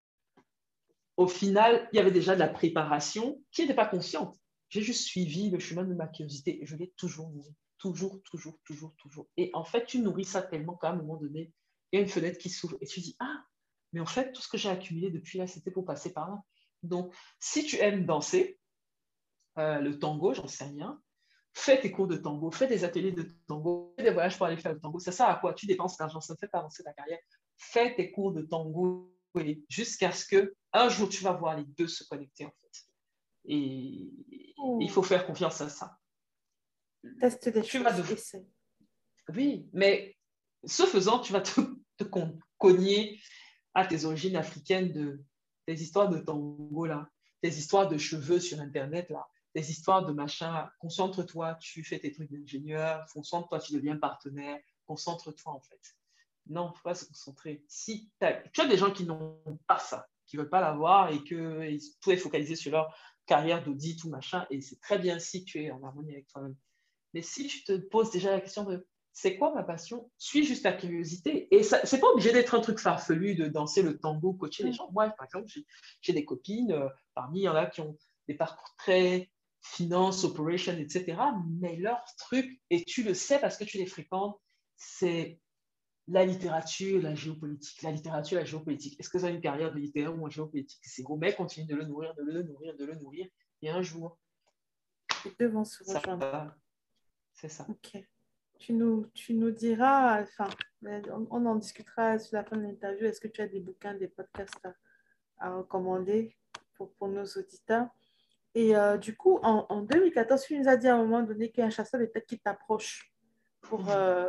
au final, il y avait déjà de la préparation qui n'était pas consciente. J'ai juste suivi le chemin de ma curiosité et je l'ai toujours nourri. Toujours. Et en fait, tu nourris ça tellement qu'à un moment donné, il y a une fenêtre qui s'ouvre et tu dis, ah, mais en fait, tout ce que j'ai accumulé depuis là, c'était pour passer par là. Donc, si tu aimes danser, le tango, j'en sais rien, fais tes cours de tango, fais des ateliers de tango, fais des voyages pour aller faire le tango. Ça sert à quoi? Tu dépenses l'argent, ça ne fait pas avancer ta carrière. Fais tes cours de tango jusqu'à ce que un jour, tu vas voir les deux se connecter, en fait. Et il faut faire confiance à ça. Teste des choses, essaie. Oui, mais ce faisant, tu vas te cogner à tes origines africaines de tes histoires de tango, là, tes histoires de cheveux sur Internet, là, tes histoires de machin. Concentre-toi, tu fais tes trucs d'ingénieur, concentre-toi, tu deviens partenaire, concentre-toi, en fait. Non, il ne faut pas se concentrer. Si tu as des gens qui n'ont pas ça, qui ne veulent pas l'avoir et que tout est focalisé sur leur carrière d'audit ou machin, et c'est très bien si tu es en harmonie avec toi-même. Mais si tu te poses déjà la question de c'est quoi ma passion, suis juste ta curiosité. Et ça, c'est pas obligé d'être un truc farfelu de danser le tango, coacher les gens. Moi, par exemple, j'ai des copines, parmi il y en a qui ont des parcours très finance, operation, etc. Mais leur truc, et tu le sais parce que tu les fréquentes, c'est la littérature, la géopolitique. La littérature, la géopolitique. Est-ce que ça a une carrière de littéraire ou en géopolitique? C'est gros, mais continue de le nourrir, de le nourrir, de le nourrir. Et un jour, les deux vont se rejoindre. C'est ça. Ok. Tu nous diras, enfin, on en discutera sur la fin de l'interview. Est-ce que tu as des bouquins, des podcasts à recommander pour nos auditeurs? Et du coup, en 2014, tu nous as dit à un moment donné qu'il y a un chasseur de tête qui t'approche pour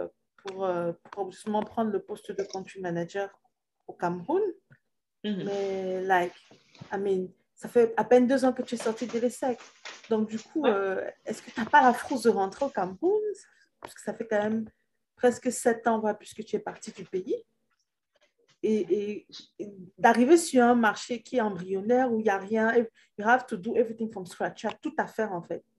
justement prendre le poste de country manager au Cameroun. Mais, ça fait à peine 2 ans que tu es sorti de l'ESSEC. Donc, du coup, est-ce que tu n'as pas la frousse de rentrer au Cameroun? Parce que ça fait quand même presque 7 ans, puisque tu es parti du pays. et d'arriver sur un marché qui est embryonnaire où il n'y a rien. You have to do everything from scratch. Tu as tout à faire, en fait.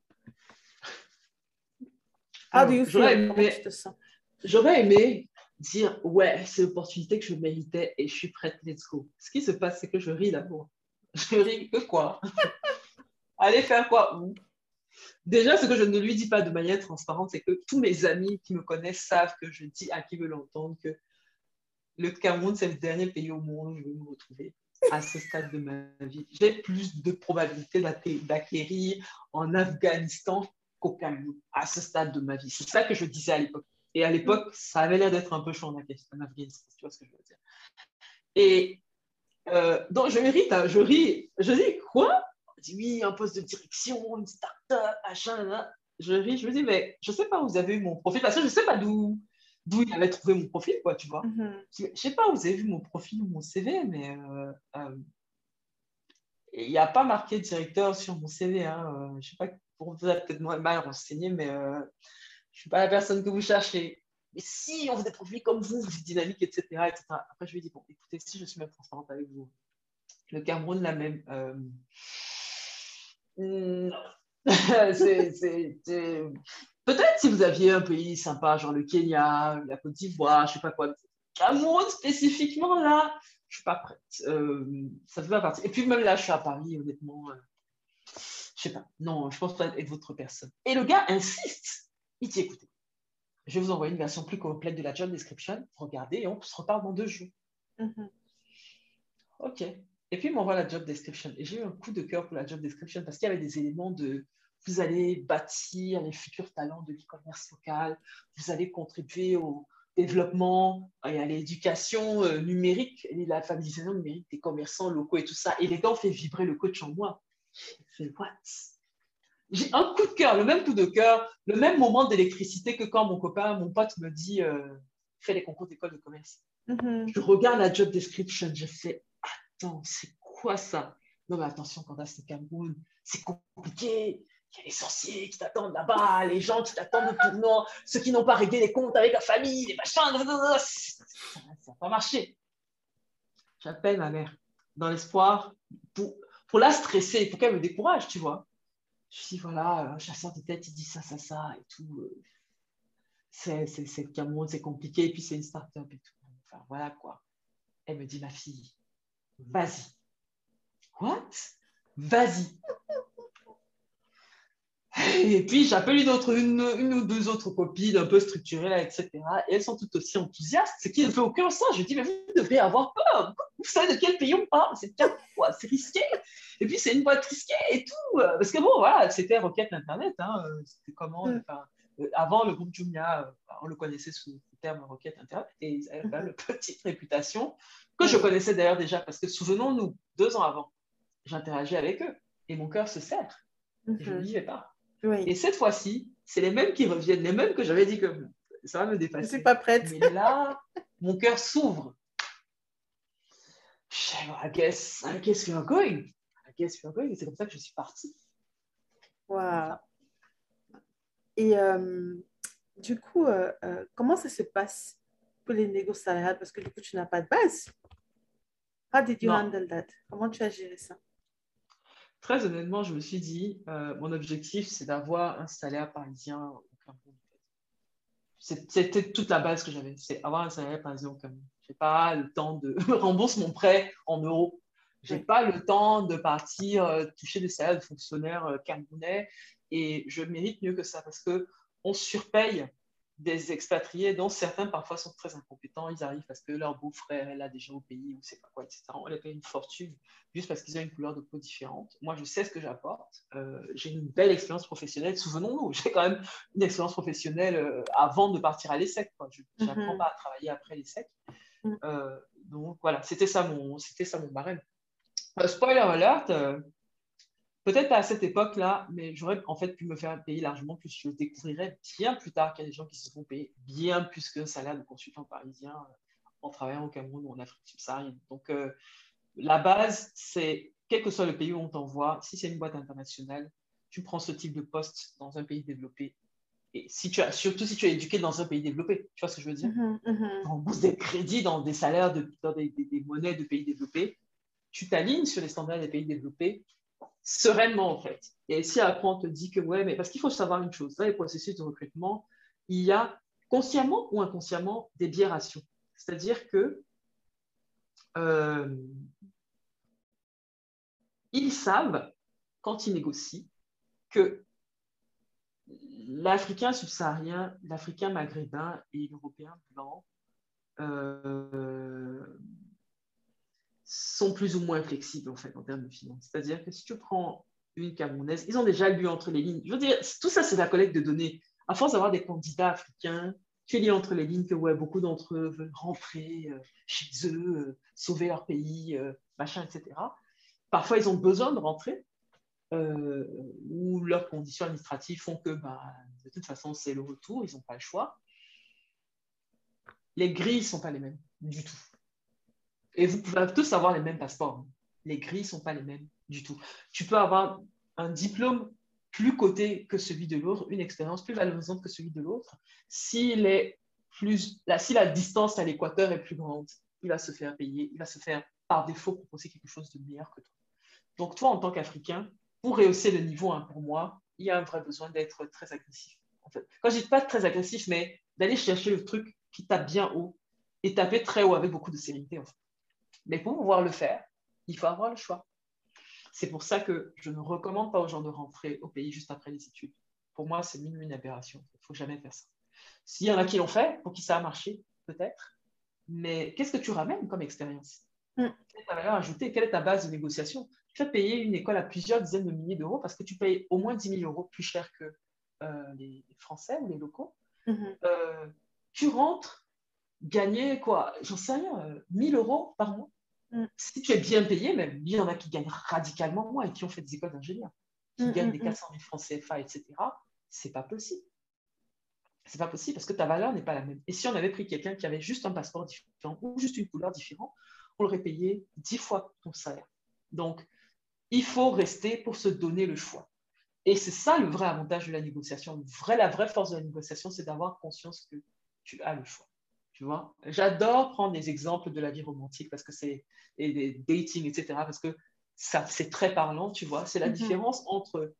How do you feel? Comment tu te sens? J'aurais aimé dire, ouais, c'est l'opportunité que je méritais et je suis prête, let's go. Ce qui se passe, c'est que je ris d'abord. Je ris que quoi? Aller faire quoi? Où? Déjà, ce que je ne lui dis pas de manière transparente, c'est que tous mes amis qui me connaissent savent que je dis à qui veut l'entendre que le Cameroun, c'est le dernier pays au monde où je vais me retrouver à ce stade de ma vie. J'ai plus de probabilité d'acquérir en Afghanistan qu'au Cameroun, à ce stade de ma vie. C'est ça que je disais à l'époque. Et à l'époque, ça avait l'air d'être un peu chaud en Afghanistan, tu vois ce que je veux dire. Et donc, je mérite, hein, je ris. Je dis, quoi? On dit, oui, un poste de direction, une start-up, machin, là. Je ris, je me dis, mais je ne sais pas où vous avez eu mon profil, parce que je ne sais pas d'où il avait trouvé mon profil, quoi, tu vois. Je ne sais pas où vous avez vu mon profil ou mon CV, mais il n'y a pas marqué directeur sur mon CV. Hein. Je ne sais pas, pour vous avez peut-être mal renseigné, mais je ne suis pas la personne que vous cherchez. Mais si on veut des profils comme vous dynamiques, etc., etc. Après, je lui ai dit, bon, écoutez, si je suis même transparente avec vous, le Cameroun, la même. Non. Peut-être si vous aviez un pays sympa, genre le Kenya, la Côte d'Ivoire, je ne sais pas quoi. Cameroun, spécifiquement, là, je ne suis pas prête. Ça ne fait pas partie. Et puis, même là, je suis à Paris, honnêtement. Je ne sais pas. Non, je ne pense pas être votre personne. Et le gars insiste. Il dit, écoutez, je vais vous envoyer une version plus complète de la job description. Regardez et on se reparle dans 2 jours. OK. Et puis, il m'envoie la job description. Et j'ai eu un coup de cœur pour la job description parce qu'il y avait des éléments de vous allez bâtir les futurs talents de l'e-commerce local, vous allez contribuer au développement et à l'éducation numérique et la familiarisation numérique des commerçants locaux et tout ça. Et les gars ont fait vibrer le coach en moi. J'ai fait, what? J'ai un coup de cœur, le même coup de cœur, le même moment d'électricité que quand mon pote me dit fais les concours d'école de commerce. Je regarde la job description, je fais attends, c'est quoi ça? Non, mais attention, quand c'est Cameroun, c'est compliqué. Il y a les sorciers qui t'attendent là-bas, les gens qui t'attendent au tournant, ceux qui n'ont pas réglé les comptes avec la famille, les machins. Ça n'a pas marché. J'appelle ma mère dans l'espoir pour la stresser, pour qu'elle me décourage, tu vois. Je dis voilà, un chasseur de tête, il dit ça, ça, ça et tout. C'est le Cameroun, c'est compliqué, et puis c'est une start-up et tout. Enfin, voilà quoi. Elle me dit ma fille, vas-y. What? Vas-y. Et puis, j'appelle une ou 2 autres copines un peu structurées, etc. Et elles sont toutes aussi enthousiastes, ce qui ne fait aucun sens. Je dis, mais vous devriez avoir peur. Vous savez de quel pays on parle? C'est risqué. Et puis, c'est une boîte risquée et tout. Parce que bon, voilà, c'était Rocket Internet. Hein. C'était comment avant, le groupe Jumia, on le connaissait sous le terme Rocket Internet. Et ils avaient une petite réputation que je connaissais d'ailleurs déjà. Parce que souvenons-nous, 2 ans avant, j'interagis avec eux. Et mon cœur se serre. Et je ne vivais pas. Oui. Et cette fois-ci, c'est les mêmes qui reviennent, les mêmes que j'avais dit que ça va me dépasser. Je ne suis pas prête. Mais là, mon cœur s'ouvre. Je sais, I guess we are going. I guess we are going. Et c'est comme ça que je suis partie. Wow. Et du coup, comment ça se passe pour les négociations salariales? Parce que du coup, tu n'as pas de base. How did you handle that? Comment tu as géré ça? Très honnêtement, je me suis dit, mon objectif, c'est d'avoir un salaire parisien au Cameroun. C'était toute la base que j'avais, c'est avoir un salaire parisien au Cameroun. Je n'ai pas le temps de rembourser mon prêt en euros. Je n'ai pas le temps de partir toucher des salaires de fonctionnaires camerounais et je mérite mieux que ça parce qu'on surpaye des expatriés dont certains parfois sont très incompétents. Ils arrivent parce que leur beau-frère est là déjà au pays ou c'est pas quoi, etc. On les paye une fortune juste parce qu'ils ont une couleur de peau différente. Moi, je sais ce que j'apporte. J'ai une belle expérience professionnelle. Souvenons-nous, j'ai quand même une expérience professionnelle avant de partir à l'ESSEC. Je n'apprends pas à travailler après l'ESSEC. Donc voilà, c'était ça mon barème. Spoiler alert, peut-être pas à cette époque-là, mais j'aurais en fait pu me faire payer largement plus. Je découvrirais bien plus tard qu'il y a des gens qui se font payer bien plus qu'un salaire de consultant parisien en travaillant au Cameroun ou en Afrique subsaharienne. Donc, la base, c'est quel que soit le pays où on t'envoie, si c'est une boîte internationale, tu prends ce type de poste dans un pays développé, Et surtout si tu es éduqué dans un pays développé, tu vois ce que je veux dire? On bourse des crédits dans des salaires, dans des monnaies de pays développés. Tu t'alignes sur les standards des pays développés sereinement, en fait. Et si après on te dit que, ouais, mais parce qu'il faut savoir une chose, dans les processus de recrutement, il y a consciemment ou inconsciemment des biais ratios. C'est-à-dire que ils savent, quand ils négocient, que l'Africain subsaharien, l'Africain maghrébin et l'Européen blanc sont plus ou moins flexibles en fait en termes de finances. C'est-à-dire que si tu prends une Camerounaise, ils ont déjà lu entre les lignes. Je veux dire, tout ça, c'est la collecte de données. À force d'avoir des candidats africains, tu lis entre les lignes que ouais, beaucoup d'entre eux veulent rentrer chez eux, sauver leur pays, machin, etc. Parfois, ils ont besoin de rentrer ou leurs conditions administratives font que bah, de toute façon, c'est le retour, ils n'ont pas le choix. Les grilles ne sont pas les mêmes du tout. Et vous pouvez tous avoir les mêmes passeports. Les grilles ne sont pas les mêmes du tout. Tu peux avoir un diplôme plus coté que celui de l'autre, une expérience plus valorisante que celui de l'autre. Si la distance à l'équateur est plus grande, il va se faire payer, il va se faire par défaut proposer quelque chose de meilleur que toi. Donc toi, en tant qu'Africain, pour rehausser le niveau, pour moi, il y a un vrai besoin d'être très agressif. En fait. Quand je dis pas très agressif, mais d'aller chercher le truc qui tape bien haut et taper très haut avec beaucoup de sérénité. En fait. Mais pour pouvoir le faire, il faut avoir le choix. C'est pour ça que je ne recommande pas aux gens de rentrer au pays juste après les études. Pour moi, c'est une aberration. Il ne faut jamais faire ça. S'il y en a qui l'ont fait, pour qui ça a marché, peut-être. Mais qu'est-ce que tu ramènes comme expérience? Quelle est ta valeur ajoutée? Quelle est ta base de négociation? Tu vas payer une école à plusieurs dizaines de milliers d'euros parce que tu payes au moins 10 000 euros plus cher que les Français ou les locaux. Tu rentres, gagner quoi? J'en sais rien, 1 000 euros par mois. Si tu es bien payé, même, il y en a qui gagnent radicalement moins et qui ont fait des écoles d'ingénieurs, qui gagnent des 400 000 francs CFA, etc. C'est pas possible. C'est pas possible parce que ta valeur n'est pas la même. Et si on avait pris quelqu'un qui avait juste un passeport différent ou juste une couleur différente, on l'aurait payé 10 fois ton salaire. Donc, il faut rester pour se donner le choix. Et c'est ça le vrai avantage de la négociation. La vraie force de la négociation, c'est d'avoir conscience que tu as le choix. Tu vois? J'adore prendre des exemples de la vie romantique parce que c'est et des dating, etc. Parce que ça, c'est très parlant, tu vois. C'est la différence entre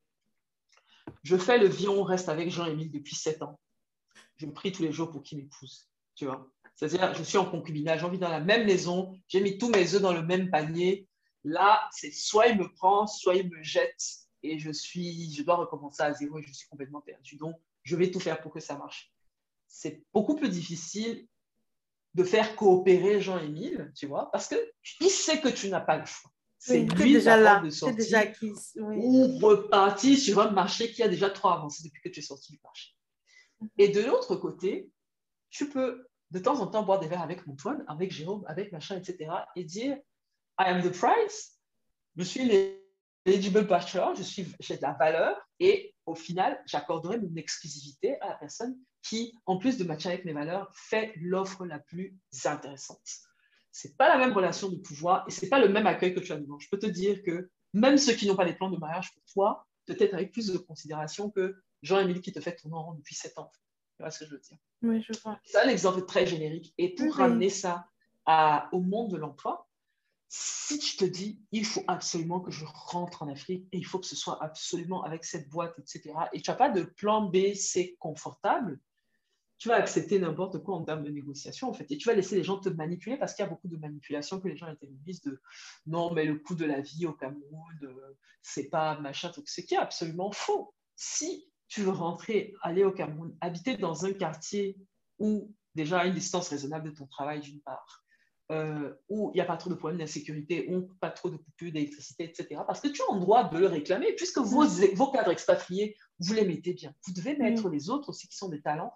je fais le vie, on reste avec Jean-Émile depuis 7 ans. Je me prie tous les jours pour qu'il m'épouse, tu vois. C'est-à-dire, je suis en concubinage, on vit dans la même maison, j'ai mis tous mes œufs dans le même panier. Là, c'est soit il me prend, soit il me jette et je dois recommencer à zéro et je suis complètement perdu. Donc, je vais tout faire pour que ça marche. C'est beaucoup plus difficile de faire coopérer Jean-Émile, tu vois, parce qu'il sait que tu n'as pas le choix. C'est lui déjà ta là, porte de sortie déjà acquise, ou reparti sur un marché qui a déjà trop avancé depuis que tu es sorti du marché. Et de l'autre côté, tu peux de temps en temps boire des verres avec Antoine, avec Jérôme, avec machin, etc. et dire I am the price, je suis l'eligible bachelor, j'ai de la valeur et au final, j'accorderai mon exclusivité à la personne qui, en plus de matcher avec mes valeurs, fait l'offre la plus intéressante. Ce n'est pas la même relation de pouvoir et ce n'est pas le même accueil que tu as devant. Je peux te dire que même ceux qui n'ont pas les plans de mariage pour toi, peut-être avec plus de considération que Jean-Émile qui te fait tourner en rond depuis 7 ans. Tu vois ce que je veux dire? Oui, je vois. C'est un exemple très générique. Et pour ramener ça au monde de l'emploi, si tu te dis, il faut absolument que je rentre en Afrique et il faut que ce soit absolument avec cette boîte, etc., et tu n'as pas de plan B, C confortable, tu vas accepter n'importe quoi en termes de négociation, en fait, et tu vas laisser les gens te manipuler parce qu'il y a beaucoup de manipulations que les gens utilisent de non, mais le coût de la vie au Cameroun, c'est pas machin, ce qui est absolument faux. Si tu veux rentrer, aller au Cameroun, habiter dans un quartier où déjà à une distance raisonnable de ton travail, d'une part, où il n'y a pas trop de problèmes d'insécurité, où pas trop de coupures d'électricité, etc. Parce que tu as en droit de le réclamer, puisque vos cadres expatriés, vous les mettez bien. Vous devez mettre les autres aussi qui sont des talents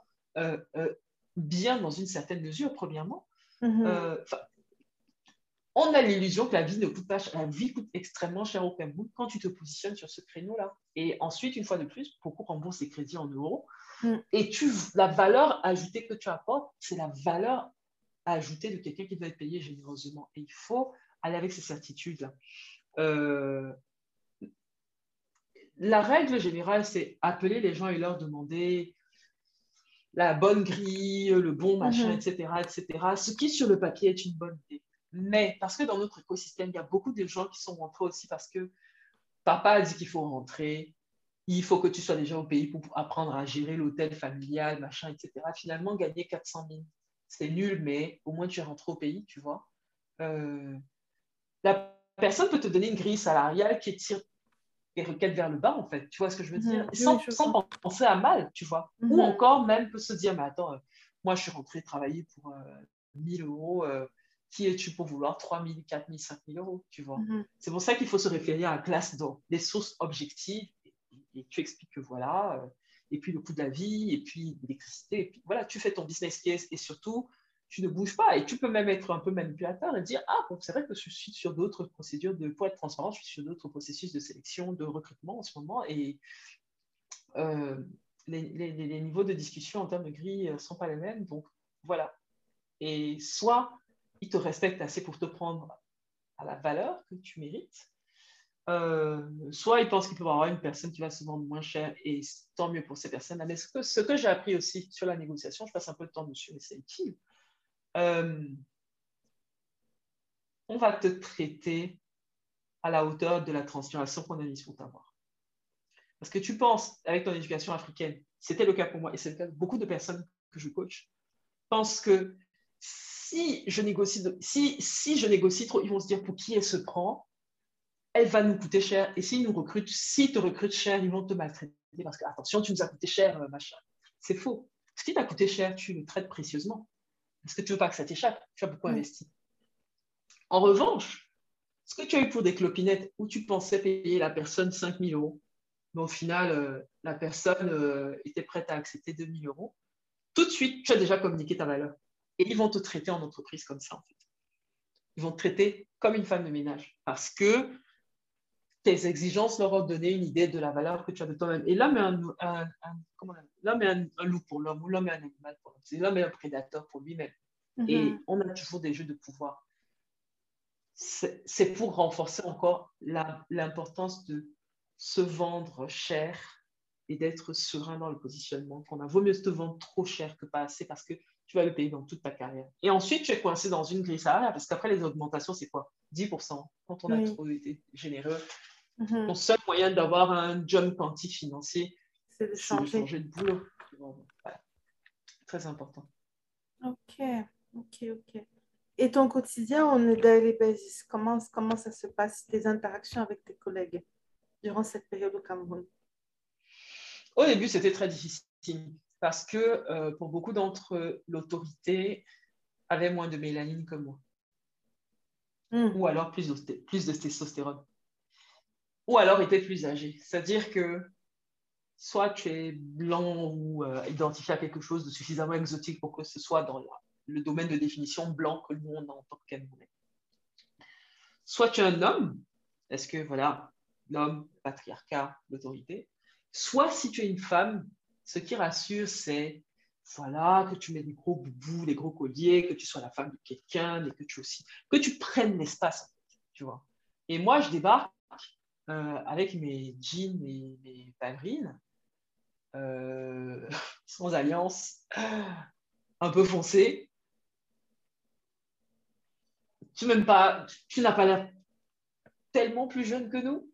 bien dans une certaine mesure, premièrement. On a l'illusion que la vie ne coûte pas cher. La vie coûte extrêmement cher au Cameroun quand tu te positionnes sur ce créneau-là. Et ensuite, une fois de plus, beaucoup remboursent les crédits en euros. Et la valeur ajoutée que tu apportes, c'est la valeur ajoutée de quelqu'un qui doit être payé généreusement. Et il faut aller avec ces certitudes-là. La règle générale, c'est appeler les gens et leur demander la bonne grille, le bon machin, etc., etc. Ce qui, sur le papier, est une bonne idée. Mais parce que dans notre écosystème, il y a beaucoup de gens qui sont rentrés aussi parce que papa a dit qu'il faut rentrer, il faut que tu sois déjà au pays pour apprendre à gérer l'hôtel familial, machin, etc. Finalement, gagner 400 000, c'est nul, mais au moins tu es rentré au pays, tu vois. La personne peut te donner une grille salariale qui tire les requêtes vers le bas, en fait. Tu vois ce que je veux dire? Sans penser à mal, tu vois. Ou encore, même, peut se dire, mais attends, moi, je suis rentrée travailler pour 1 000 euros. Qui es-tu pour vouloir 3 000, 4 000, 5 000 euros, tu vois? C'est pour ça qu'il faut se référer à la classe dans les sources objectives. Et tu expliques que voilà, et puis le coût de la vie, et puis l'électricité, et puis voilà, tu fais ton business case, et surtout, tu ne bouges pas. Et tu peux même être un peu manipulateur et dire, ah, bon, c'est vrai que je suis sur d'autres procédures, pour être transparent, je suis sur d'autres processus de sélection, de recrutement en ce moment, et les niveaux de discussion en termes de grille ne sont pas les mêmes. Donc, voilà. Et soit ils te respectent assez pour te prendre à la valeur que tu mérites, soit ils pensent qu'ils peuvent avoir une personne qui va se vendre moins cher, et tant mieux pour ces personnes-là. Mais ce que j'ai appris aussi sur la négociation, je passe un peu de temps dessus, mais c'est utile. On va te traiter à la hauteur de la transformation qu'on a mise pour t'avoir. Parce que tu penses, avec ton éducation africaine, c'était le cas pour moi, et c'est le cas de beaucoup de personnes que je coach, pensent que si je négocie trop, ils vont se dire pour qui elle se prend, elle va nous coûter cher. Et s'ils te recrutent cher, ils vont te maltraiter. Parce que, attention, tu nous as coûté cher, machin. C'est faux. Ce qui t'a coûté cher, tu le traites précieusement. Parce que tu ne veux pas que ça t'échappe. Tu as beaucoup investi. En revanche, ce que tu as eu pour des clopinettes où tu pensais payer la personne 5 000 euros, mais au final, la personne était prête à accepter 2 000 euros, tout de suite, tu as déjà communiqué ta valeur. Et ils vont te traiter en entreprise comme ça, en fait. Ils vont te traiter comme une femme de ménage parce que tes exigences leur ont donné une idée de la valeur que tu as de toi-même. Et l'homme est un loup pour l'homme, ou l'homme est un animal pour l'homme. L'homme est un prédateur pour lui-même. Et on a toujours des jeux de pouvoir. C'est pour renforcer encore l'importance de se vendre cher et d'être serein dans le positionnement qu'on a. Vaut mieux te vendre trop cher que pas assez, parce que tu vas le payer dans toute ta carrière. Et ensuite, tu es coincé dans une grille salariale, parce qu'après, les augmentations, c'est quoi? 10%, quand on a trop été généreux. Ton seul moyen d'avoir un jump quantique financier, c'est de changer de boulot. Voilà. Très important. Ok. Et ton quotidien on est daily basis, comment ça se passe, tes interactions avec tes collègues durant cette période au Cameroun? Au début, c'était très difficile parce que pour beaucoup d'entre eux, l'autorité avait moins de mélanine que moi. Ou alors plus de testostérone. Ou alors était plus âgé. C'est-à-dire que soit tu es blanc ou identifié à quelque chose de suffisamment exotique pour que ce soit dans le domaine de définition blanc que nous, on a en tant que Camerounais. Soit tu es un homme, est-ce que, voilà, l'homme, le patriarcat, l'autorité. Soit si tu es une femme, ce qui rassure, c'est, voilà, que tu mets des gros boubous, des gros colliers, que tu sois la femme de quelqu'un, mais que tu prennes l'espace, en fait, tu vois. Et moi, je débarque avec mes jeans et mes ballerines, sans alliance, un peu foncé. Tu n'as pas l'air tellement plus jeune que nous.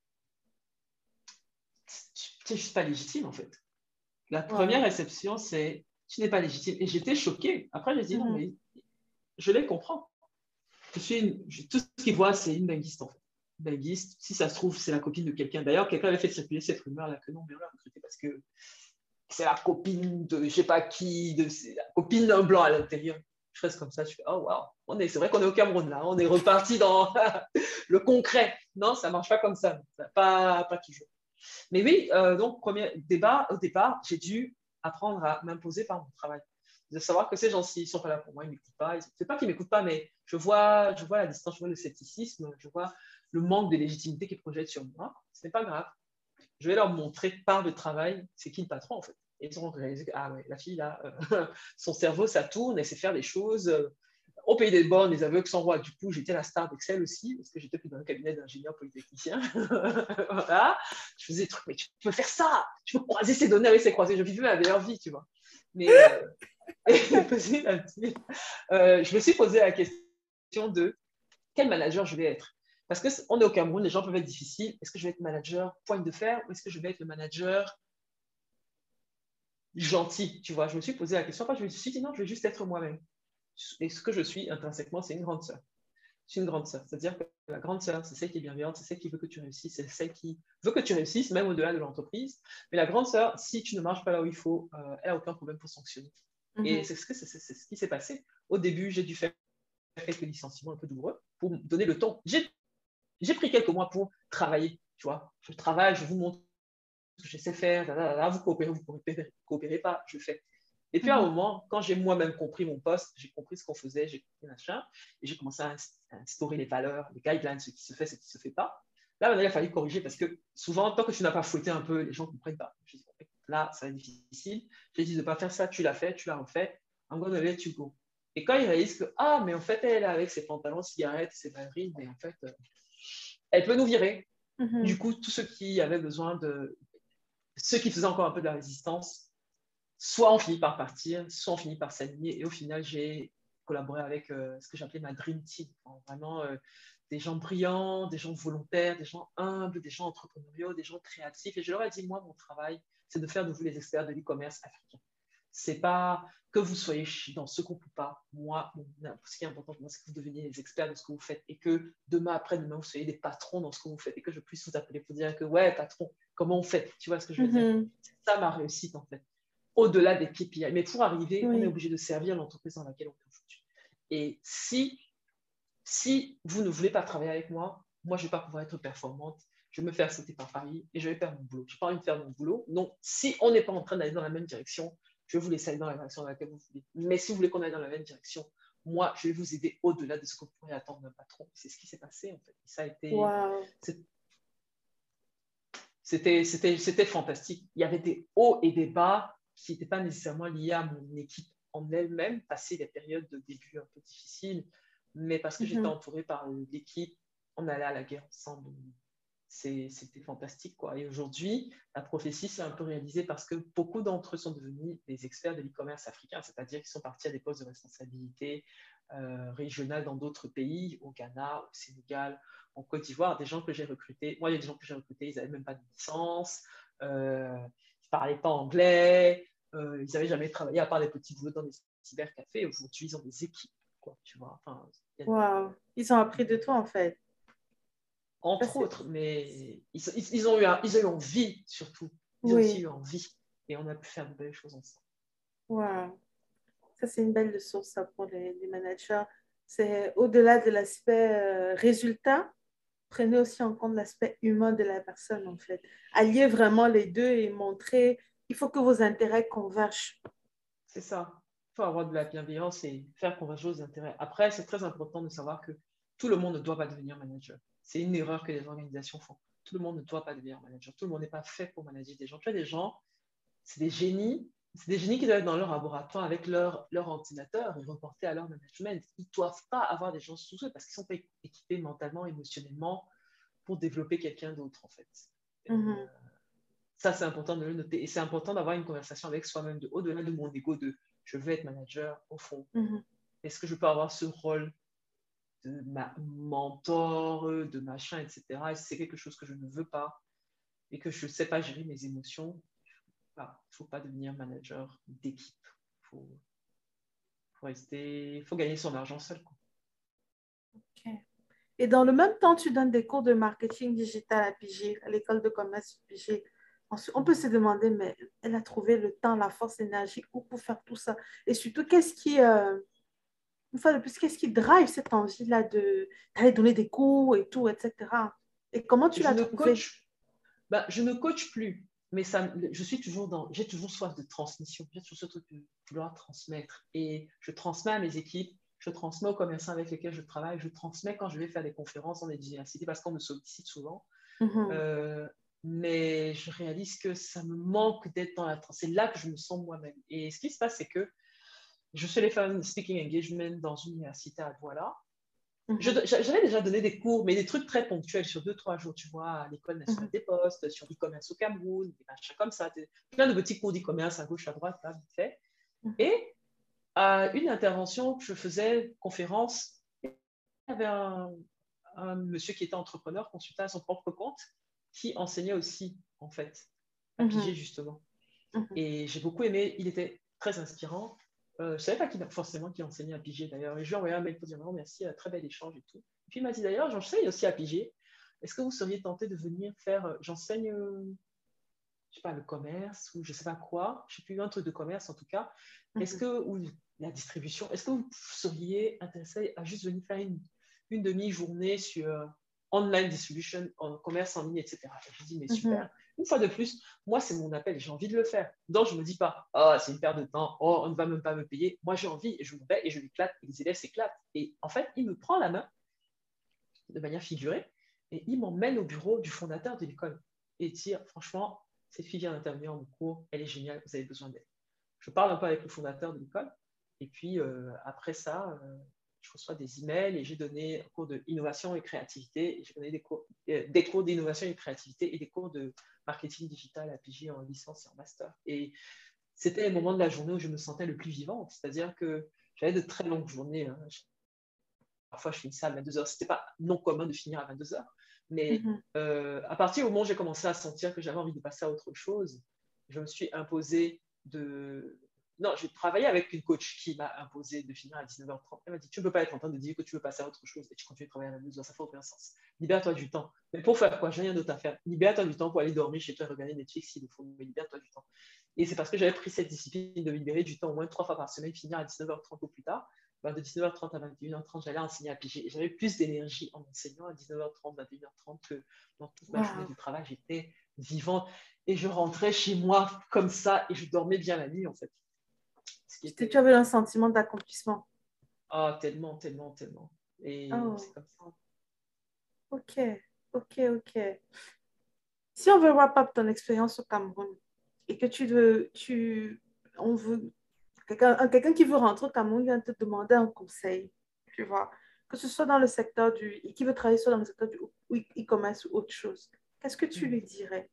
Tu n'es juste pas légitime, en fait. La première réception, c'est tu n'es pas légitime. Et j'étais choquée. Après, j'ai dit non, mais je les comprends. Tout ce qu'ils voient, c'est une linguiste, en fait. Linguiste, si ça se trouve, c'est la copine de quelqu'un. D'ailleurs, quelqu'un avait fait circuler cette rumeur-là que non, mais on l'a recrutée parce que c'est la copine de je ne sais pas qui, c'est la copine d'un blanc à l'intérieur. Je reste comme ça, je fais oh waouh, c'est vrai qu'on est au Cameroun là, on est reparti dans le concret. Non, ça ne marche pas comme ça, pas toujours. Mais oui, donc, au départ, j'ai dû apprendre à m'imposer par mon travail. De savoir que ces gens-ci ne sont pas là pour moi, ils ne m'écoutent pas. C'est pas qu'ils ne m'écoutent pas, mais je vois la distance, je vois le scepticisme, je vois le manque de légitimité qu'ils projettent sur moi. Ce n'est pas grave. Je vais leur montrer par le travail c'est qui le patron, en fait. Et ils auront réalisé que la fille, là, son cerveau, ça tourne, elle sait faire des choses. Au pays des bornes, les aveugles sont rois. Du coup, j'étais la star d'Excel aussi, parce que j'étais plus dans un cabinet d'ingénieurs polytechniciens. Voilà. Je faisais des trucs, mais tu peux faire ça, tu peux croiser ces données avec ces croisés. Je vivais ma meilleure vie, tu vois. Mais je me suis posé la question de quel manager je vais être. Parce qu'on est au Cameroun, les gens peuvent être difficiles. Est-ce que je vais être manager poigne de fer ou est-ce que je vais être le manager gentil, tu vois? Je me suis posé la question. Après, je me suis dit non, je vais juste être moi-même. Et ce que je suis intrinsèquement, c'est une grande sœur. Je suis une grande sœur. C'est-à-dire que la grande sœur, c'est celle qui est bienveillante, c'est celle qui veut que tu réussisses, c'est celle qui veut que tu réussisses, même au-delà de l'entreprise. Mais la grande sœur, si tu ne marches pas là où il faut, elle n'a aucun problème pour sanctionner. Et c'est ce qui s'est passé. Au début, j'ai dû faire quelques licenciements un peu douloureux pour me donner le temps. J'ai pris quelques mois pour travailler, tu vois. Je travaille, je vous montre ce que je sais faire, là, vous coopérez pas, je fais. Et puis à un moment, quand j'ai moi-même compris mon poste, j'ai compris ce qu'on faisait, j'ai compris machin, et j'ai commencé à instaurer les valeurs, les guidelines, ce qui se fait, ce qui ne se fait pas. Là, maintenant, il a fallu corriger parce que souvent, tant que tu n'as pas fouetté un peu, les gens ne comprennent pas. Je dis, là, ça va être difficile. J'ai dit de ne pas faire ça, tu l'as fait, tu l'as refait. I'm gonna let you go. Et quand ils réalisent que, ah, mais en fait, elle est avec ses pantalons, cigarettes, ses ballerines, mais en fait, elle peut nous virer. Du coup, tous ceux qui avaient besoin de. Ceux qui faisaient encore un peu de la résistance, soit on finit par partir, soit on finit par s'aligner. Et au final, j'ai collaboré avec ce que j'appelais ma Dream Team. Vraiment des gens brillants, des gens volontaires, des gens humbles, des gens entrepreneuriaux, des gens créatifs. Et je leur ai dit, moi, mon travail, c'est de faire de vous les experts de l'e-commerce africain. C'est pas que vous soyez dans ce groupe ou pas. Moi, ce qui est important pour moi, c'est que vous deveniez les experts de ce que vous faites et que demain, après-demain, vous soyez des patrons dans ce que vous faites et que je puisse vous appeler pour dire que, ouais, patron, comment on fait? Tu vois ce que je veux dire? C'est ça ma réussite, en fait. Au-delà des KPI. Mais pour arriver, on est obligé de servir l'entreprise dans laquelle on est aujourd'hui. Et si vous ne voulez pas travailler avec moi, moi, je ne vais pas pouvoir être performante. Je vais me faire sauter par Paris et je vais faire mon boulot. Je n'ai pas envie de faire mon boulot. Donc, si on n'est pas en train d'aller dans la même direction, je vais vous laisser aller dans la direction dans laquelle vous voulez. Mais si vous voulez qu'on aille dans la même direction, moi, je vais vous aider au-delà de ce que vous pourriez attendre d'un patron. C'est ce qui s'est passé, en fait. Ça a été... Wow. C'était fantastique. Il y avait des hauts et des bas qui n'étaient pas nécessairement liés à mon équipe en elle-même, passer des périodes de début un peu difficiles, mais parce que j'étais entourée par l'équipe, on allait à la guerre ensemble. C'était fantastique, quoi. Et aujourd'hui, la prophétie s'est un peu réalisée parce que beaucoup d'entre eux sont devenus des experts de l'e-commerce africain, c'est-à-dire qu'ils sont partis à des postes de responsabilité régionale dans d'autres pays, au Ghana, au Sénégal, en Côte d'Ivoire, des gens que j'ai recrutés. Moi, il y a des gens que j'ai recrutés, ils n'avaient même pas de licence, ils ne parlaient pas anglais, ils n'avaient jamais travaillé à part des petits boulots dans des cybercafés. Aujourd'hui, ils ont des équipes, quoi, tu vois. Enfin, wow. Ils ont appris de toi, en fait. Entre autres, mais ils ont eu envie, surtout. Ils ont aussi eu envie. Et on a pu faire de belles choses ensemble. Wow. Ça, c'est une belle leçon, ça, pour les managers. C'est au-delà de l'aspect résultat, prenez aussi en compte l'aspect humain de la personne, en fait. Alliez vraiment les deux et montrer, il faut que vos intérêts convergent. C'est ça. Il faut avoir de la bienveillance et faire converger aux intérêts. Après, c'est très important de savoir que tout le monde ne doit pas devenir manager. C'est une erreur que les organisations font. Tout le monde ne doit pas devenir manager. Tout le monde n'est pas fait pour manager des gens. Tu as des gens, c'est des génies qui doivent être dans leur laboratoire avec leur ordinateur et reporter à leur management. Ils ne doivent pas avoir des gens sous eux parce qu'ils ne sont pas équipés mentalement, émotionnellement pour développer quelqu'un d'autre, en fait. Ça, c'est important de le noter. Et c'est important d'avoir une conversation avec soi-même, au-delà de mon ego de je veux être manager, au fond. Est-ce que je peux avoir ce rôle de mentor, de machin, etc. Et si c'est quelque chose que je ne veux pas et que je ne sais pas gérer mes émotions, il ne faut pas devenir manager d'équipe. Il faut gagner son argent seul, quoi. Okay. Et dans le même temps, tu donnes des cours de marketing digital à Pigé, à l'école de commerce Pigé. On peut se demander, mais elle a trouvé le temps, la force, l'énergie où pour faire tout ça? Et surtout, une fois de plus, qu'est-ce qui drive cette envie-là d'aller donner des cours et tout, etc. Et comment tu l'as trouvé? Je ne coach plus, mais j'ai toujours soif de transmission. J'ai toujours ce truc de vouloir transmettre. Et je transmets à mes équipes, je transmets aux commerçants avec lesquels je travaille, je transmets quand je vais faire des conférences dans des universités parce qu'on me sollicite souvent. Mais je réalise que ça me manque d'être dans la transmission. C'est là que je me sens moi-même. Et ce qui se passe, c'est que je suis allée faire un speaking engagement dans une université à Douala. J'avais déjà donné des cours, mais des trucs très ponctuels sur 2-3 jours, tu vois, à l'École nationale des postes, sur l'e-commerce au Cameroun, des machins comme ça, plein de petits cours d'e-commerce à gauche, à droite, là, vite fait. Et à une intervention que je faisais, conférence, il y avait un monsieur qui était entrepreneur, consultant à son propre compte, qui enseignait aussi, en fait, à piger, justement. Et j'ai beaucoup aimé, il était très inspirant. Je ne savais pas forcément qu'il enseignait à piger, d'ailleurs. Et je lui ai envoyé un mail pour dire vraiment merci, très bel échange et tout. Et puis il m'a dit d'ailleurs, j'enseigne aussi à piger. Est-ce que vous seriez tenté de venir faire, j'enseigne, je ne sais pas, le commerce ou je ne sais pas quoi, je ne sais plus, un truc de commerce en tout cas. Est-ce que, ou la distribution, est-ce que vous seriez intéressé à juste venir faire une demi-journée sur online distribution, en commerce en ligne, etc. Je dis, mais super. Une fois de plus, moi, c'est mon appel, j'ai envie de le faire. Donc, je ne me dis pas, oh, c'est une perte de temps, oh, on ne va même pas me payer. Moi, j'ai envie et je me vais et je m'éclate et les élèves s'éclatent. Et en fait, il me prend la main de manière figurée et il m'emmène au bureau du fondateur de l'école et dire, franchement, cette fille vient d'intervenir en cours, elle est géniale, vous avez besoin d'elle. Je parle un peu avec le fondateur de l'école et puis après ça, je reçois des emails et j'ai donné un cours d'innovation et créativité. Et j'ai donné des cours d'innovation et créativité et des cours de marketing digital à PJ en licence et en master. Et c'était le moment de la journée où je me sentais le plus vivante, c'est-à-dire que j'avais de très longues journées. Parfois, je finissais à 22h. Ce n'était pas non commun de finir à 22h. Mais à partir du moment où j'ai commencé à sentir que j'avais envie de passer à autre chose, je me suis imposé de... Non, j'ai travaillé avec une coach qui m'a imposé de finir à 19h30. Elle m'a dit, tu ne peux pas être en train de dire que tu veux passer à autre chose et tu continues de travailler à 22h, ça ne fait aucun sens. Libère-toi du temps. Mais pour faire quoi? J'ai rien d'autre à faire. Libère-toi du temps pour aller dormir chez toi et regarder Netflix s'il le faut, mais libère-toi du temps. Et c'est parce que j'avais pris cette discipline de me libérer du temps au moins 3 fois par semaine, finir à 19h30 ou plus tard. De 19h30 à 21h30, j'allais enseigner à piger. J'avais plus d'énergie en enseignant à 19h30, 21h30 que dans toute ma journée de travail. J'étais vivante et je rentrais chez moi comme ça et je dormais bien la nuit en fait. Tu avais un sentiment d'accomplissement. Ah, tellement, tellement, tellement. Et c'est comme ça. Ok. Si on veut wrap up ton expérience au Cameroun et que on veut, quelqu'un qui veut rentrer au Cameroun vient te demander un conseil, tu vois, que ce soit dans le secteur qui veut travailler soit dans le secteur du e-commerce ou autre chose, qu'est-ce que tu lui dirais?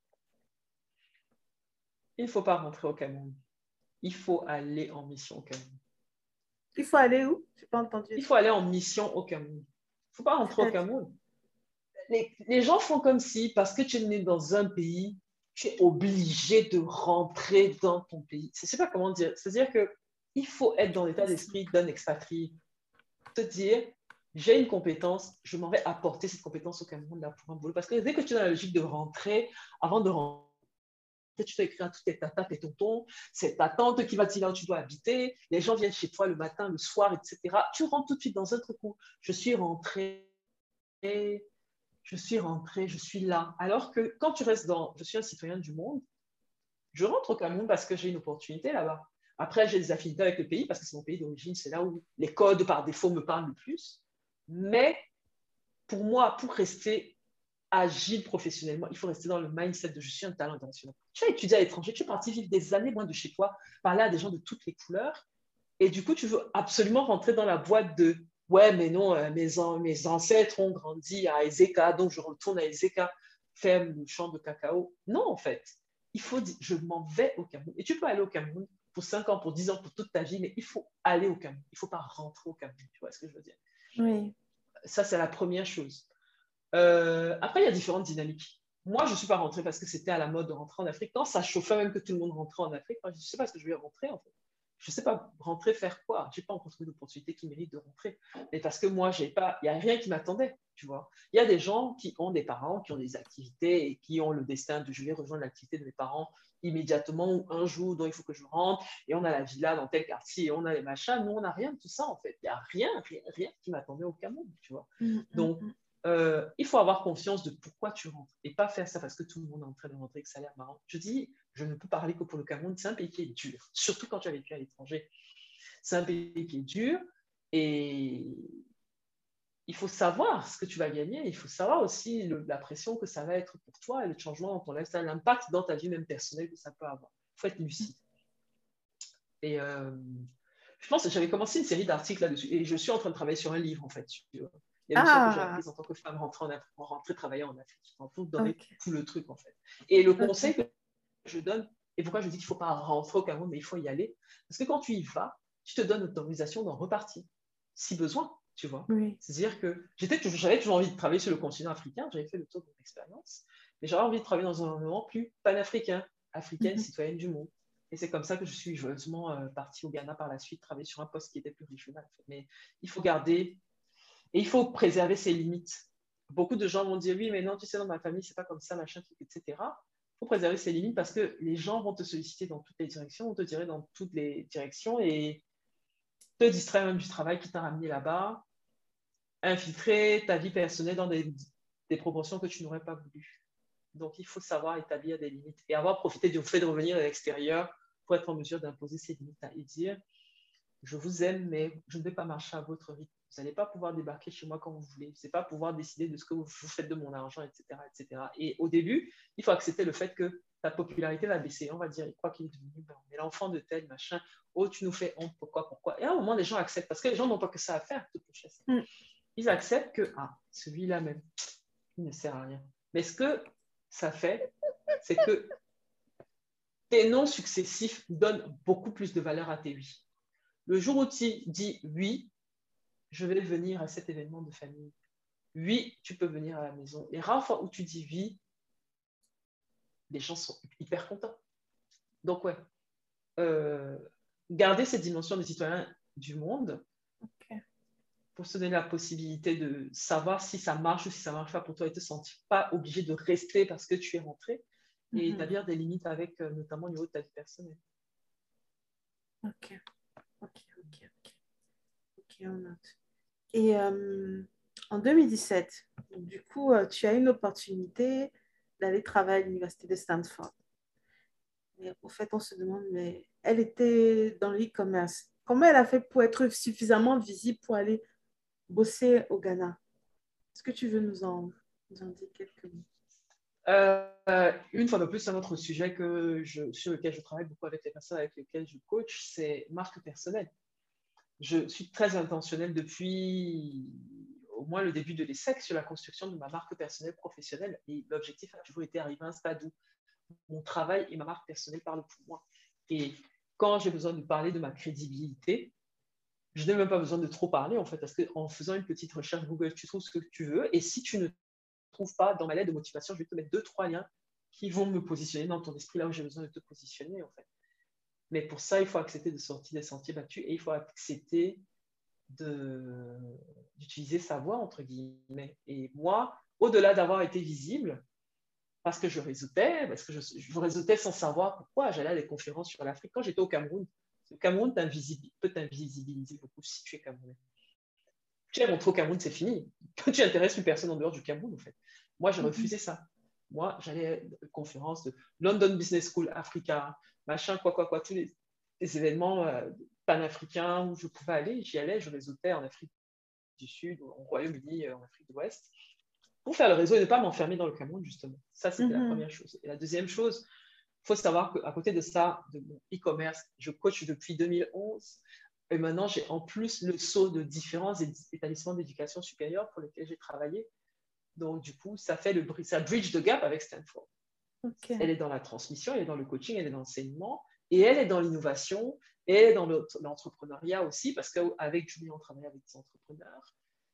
Il ne faut pas rentrer au Cameroun. Il faut aller en mission au Cameroun. Il faut aller où? Je n'ai pas entendu. Il faut aller en mission au Cameroun. Il ne faut pas rentrer au Cameroun. Les gens font comme si, parce que tu es né dans un pays, tu es obligé de rentrer dans ton pays. Je ne sais pas comment dire. C'est-à-dire qu'il faut être dans l'état d'esprit d'un expatrié. Te dire, j'ai une compétence, je m'en vais apporter cette compétence au Cameroun là pour un boulot. Parce que dès que tu es dans la logique de rentrer, avant de rentrer, tu dois écrire à toutes tes tatas, tes tontons, c'est ta tante qui va te dire là où tu dois habiter, les gens viennent chez toi le matin, le soir, etc. Tu rentres tout de suite dans un truc où je suis rentrée, je suis là. Alors que quand tu restes dans je suis un citoyen du monde, je rentre au Cameroun parce que j'ai une opportunité là-bas. Après, j'ai des affinités avec le pays parce que c'est mon pays d'origine, c'est là où les codes par défaut me parlent le plus. Mais pour moi, pour rester agile professionnellement, il faut rester dans le mindset de je suis un talent international. Tu as étudié à l'étranger, tu es parti vivre des années loin de chez toi, parler à des gens de toutes les couleurs, et du coup, tu veux absolument rentrer dans la boîte de ouais, mais non, mes ancêtres ont grandi à Ezeka, donc je retourne à Ezeka faire le champ de cacao. Non, en fait, il faut dire, je m'en vais au Cameroun. Et tu peux aller au Cameroun pour 5 ans, pour 10 ans, pour toute ta vie, mais il faut aller au Cameroun. Il ne faut pas rentrer au Cameroun. Tu vois ce que je veux dire? Oui. Ça, c'est la première chose. Après, il y a différentes dynamiques. Moi, je ne suis pas rentrée parce que c'était à la mode de rentrer en Afrique. Quand ça chauffait même que tout le monde rentrait en Afrique, moi, je ne sais pas ce que je vais rentrer en fait. Je ne sais pas rentrer faire quoi. Je n'ai pas encore trouvé d'opportunité qui mérite de rentrer. Mais parce que moi, il n'y a rien qui m'attendait, tu vois. Il y a des gens qui ont des parents, qui ont des activités et qui ont le destin de je vais rejoindre l'activité de mes parents immédiatement ou un jour dont il faut que je rentre et on a la villa dans tel quartier et on a les machins. Nous, on n'a rien de tout ça en fait. Il n'y a rien qui m'attendait au Cameroun, tu vois. Donc, il faut avoir conscience de pourquoi tu rentres et pas faire ça parce que tout le monde est en train de rentrer et que ça a l'air marrant. Je dis, je ne peux parler que pour le Cameroun, c'est un pays qui est dur, surtout quand tu as vécu à l'étranger. C'est un pays qui est dur et il faut savoir ce que tu vas gagner, il faut savoir aussi la pression que ça va être pour toi et le changement dans ton lifestyle, l'impact dans ta vie même personnelle que ça peut avoir. Il faut être lucide. Et je pense que j'avais commencé une série d'articles là-dessus et je suis en train de travailler sur un livre en fait. Il y a une leçon que j'ai apprise en tant que femme rentrer travailler en Afrique. Il faut donner tout le truc en fait. Et le conseil que je donne Et pourquoi je dis qu'il ne faut pas rentrer au Cameroun, mais il faut y aller? Parce que quand tu y vas, tu te donnes l'autorisation d'en repartir, si besoin, tu vois. Oui. C'est-à-dire que j'avais toujours envie de travailler sur le continent africain, j'avais fait le tour de mon expérience, mais j'avais envie de travailler dans un environnement plus panafricain, africaine, citoyenne du monde. Et c'est comme ça que je suis joyeusement partie au Ghana par la suite, travailler sur un poste qui était plus régional. En fait. Mais il faut garder, et il faut préserver ses limites. Beaucoup de gens vont dire, oui, mais non, tu sais, dans ma famille, c'est pas comme ça, machin, etc. Il faut préserver ses limites parce que les gens vont te solliciter dans toutes les directions, vont te tirer dans toutes les directions et te distraire même du travail qui t'a ramené là-bas, infiltrer ta vie personnelle dans des proportions que tu n'aurais pas voulu. Donc, il faut savoir établir des limites et avoir profité du fait de revenir à l'extérieur pour être en mesure d'imposer ces limites et dire, je vous aime, mais je ne vais pas marcher à votre rythme. Vous n'allez pas pouvoir débarquer chez moi quand vous voulez. Vous n'allez pas pouvoir décider de ce que vous faites de mon argent, etc., etc. Et au début, il faut accepter le fait que ta popularité va baisser. On va dire, il croit qu'il est devenu bon, mais l'enfant de tel, machin, oh, tu nous fais honte, pourquoi? Et à un moment, les gens acceptent parce que les gens n'ont pas que ça à faire, toute richesse. Ils acceptent que, celui-là même, il ne sert à rien. Mais ce que ça fait, c'est que tes non successifs donnent beaucoup plus de valeur à tes oui. Le jour où tu dis oui, je vais venir à cet événement de famille. Oui, tu peux venir à la maison. Les rares fois où tu dis oui, les gens sont hyper contents. Donc, ouais, garder cette dimension de citoyen du monde pour se donner la possibilité de savoir si ça marche ou si ça ne marche pas pour toi et te sentir pas obligé de rester parce que tu es rentré et établir des limites avec notamment au niveau de ta vie personnelle. Ok, on note. Et en 2017, du coup, tu as une opportunité d'aller travailler à l'université de Stanford. Et au fait, on se demande, mais elle était dans le e-commerce. Comment elle a fait pour être suffisamment visible pour aller bosser au Ghana? Est-ce que tu veux nous en dire quelques mots? Une fois de plus, c'est un autre sujet sur lequel je travaille beaucoup avec les personnes avec lesquelles je coach, c'est marque personnelle. Je suis très intentionnelle depuis au moins le début de l'ESSEC sur la construction de ma marque personnelle professionnelle. Et l'objectif a toujours été d'arriver à un stade où mon travail et ma marque personnelle parlent pour moi. Et quand j'ai besoin de parler de ma crédibilité, je n'ai même pas besoin de trop parler, en fait, parce qu'en faisant une petite recherche Google, tu trouves ce que tu veux. Et si tu ne trouves pas dans ma lettre de motivation, je vais te mettre 2-3 liens qui vont me positionner dans ton esprit là où j'ai besoin de te positionner, en fait. Mais pour ça, il faut accepter de sortir des sentiers battus et il faut accepter d'utiliser sa voix, entre guillemets. Et moi, au-delà d'avoir été visible, parce que je réseautais sans savoir pourquoi, j'allais à des conférences sur l'Afrique. Quand j'étais au Cameroun, le Cameroun peut t'invisibiliser beaucoup si tu es Camerounais. Tu es rentré au Cameroun, c'est fini. Tu n'intéresses plus personne en dehors du Cameroun, en fait. Moi, j'ai refusé ça. Moi, j'allais à des conférences de London Business School, Africa, machin, tous les événements panafricains où je pouvais aller. J'y allais, je réseautais en Afrique du Sud, au Royaume-Uni, en Afrique de l'Ouest, pour faire le réseau et ne pas m'enfermer dans le Cameroun, justement. Ça, c'était la première chose. Et la deuxième chose, il faut savoir qu'à côté de ça, de mon e-commerce, je coach depuis 2011. Et maintenant, j'ai en plus le saut de différents établissements d'éducation supérieure pour lesquels j'ai travaillé. Donc, du coup, ça bridge the gap avec Stanford. Okay. Elle est dans la transmission, elle est dans le coaching, elle est dans l'enseignement, et elle est dans l'innovation, et elle est dans l'entrepreneuriat aussi, parce qu'avec Julie, on travaille avec des entrepreneurs.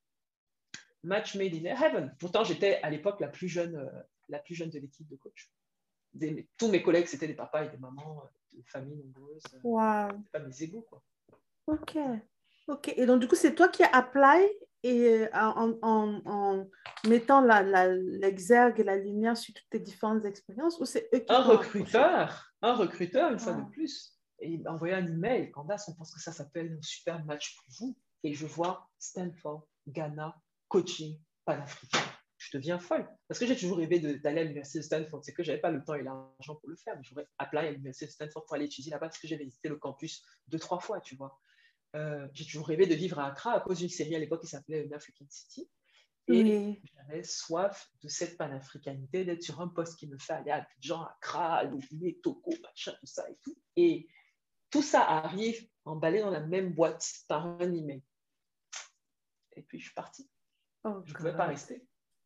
Match made in heaven. Pourtant, j'étais à l'époque la plus jeune de l'équipe de coach. Tous mes collègues, c'était des papas et des mamans de familles nombreuses. Wow. Pas mes égaux, quoi. Ok. Et donc, du coup, c'est toi qui as apply et en mettant l'exergue et la lumière sur toutes tes différentes expériences, ou c'est eux qui un recruteur, une fois de plus, et il m'a envoyé un email. Candace, on pense que ça s'appelle un super match pour vous. Et je vois Stanford, Ghana, coaching panafricain. Je deviens folle. Parce que j'ai toujours rêvé d'aller à l'université de Stanford. C'est que je n'avais pas le temps et l'argent pour le faire. Mais j'aurais appelé à l'université de Stanford pour aller étudier là-bas parce que j'avais visité le campus 2-3 fois, tu vois. J'ai toujours rêvé de vivre à Accra à cause d'une série à l'époque qui s'appelait An African City. Et j'avais soif de cette panafricanité, d'être sur un poste qui me fait aller à Abidjan, Accra, Lomé, Togo, machin, tout ça et tout. Et tout ça arrive emballé dans la même boîte par un email. Et puis je suis partie. Je ne pouvais pas rester.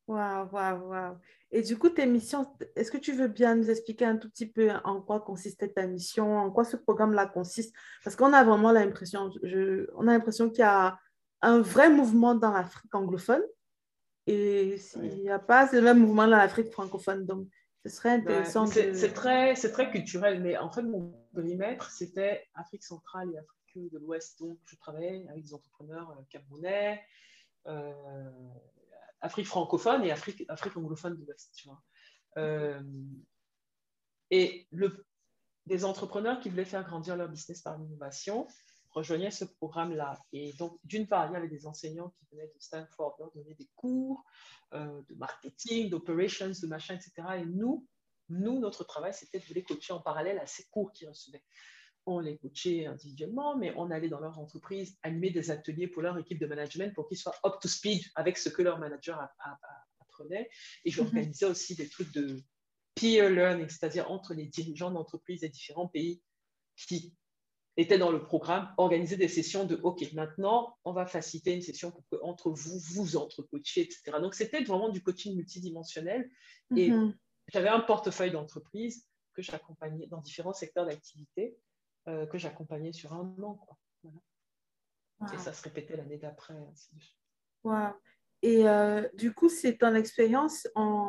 Waouh, waouh, waouh. Et du coup, tes missions, est-ce que tu veux bien nous expliquer un tout petit peu en quoi consistait ta mission, en quoi ce programme-là consiste? Parce qu'on a vraiment l'impression, on a l'impression qu'il y a un vrai mouvement dans l'Afrique anglophone et il Ouais. n'y a pas ce même mouvement dans l'Afrique francophone. Donc, ce serait Ouais, intéressant mais de... c'est très culturel, mais en fait, mon périmètre, c'était Afrique centrale et Afrique de l'Ouest. Donc, je travaillais avec des entrepreneurs camerounais, euh, Afrique francophone et Afrique anglophone de l'Ouest, tu vois. Euh, et des entrepreneurs qui voulaient faire grandir leur business par l'innovation rejoignaient ce programme-là. Et donc, d'une part, il y avait des enseignants qui venaient de Stanford leur donner des cours de marketing, d'operations, de machin, etc. Et notre travail, c'était de les coacher en parallèle à ces cours qu'ils recevaient. On les coachait individuellement, mais on allait dans leur entreprise animer des ateliers pour leur équipe de management pour qu'ils soient up to speed avec ce que leur manager apprenait. Et j'organisais aussi des trucs de peer learning, c'est-à-dire entre les dirigeants d'entreprises des différents pays qui étaient dans le programme, organiser des sessions de OK, maintenant, on va faciliter une session pour que entre vous, vous entre-coachiez, etc. Donc, c'était vraiment du coaching multidimensionnel. Et j'avais un portefeuille d'entreprises que j'accompagnais dans différents secteurs d'activité, que j'accompagnais sur un an. Quoi. Voilà. Wow. Et ça se répétait l'année d'après, ainsi de suite. Wow. Et du coup, c'est ton expérience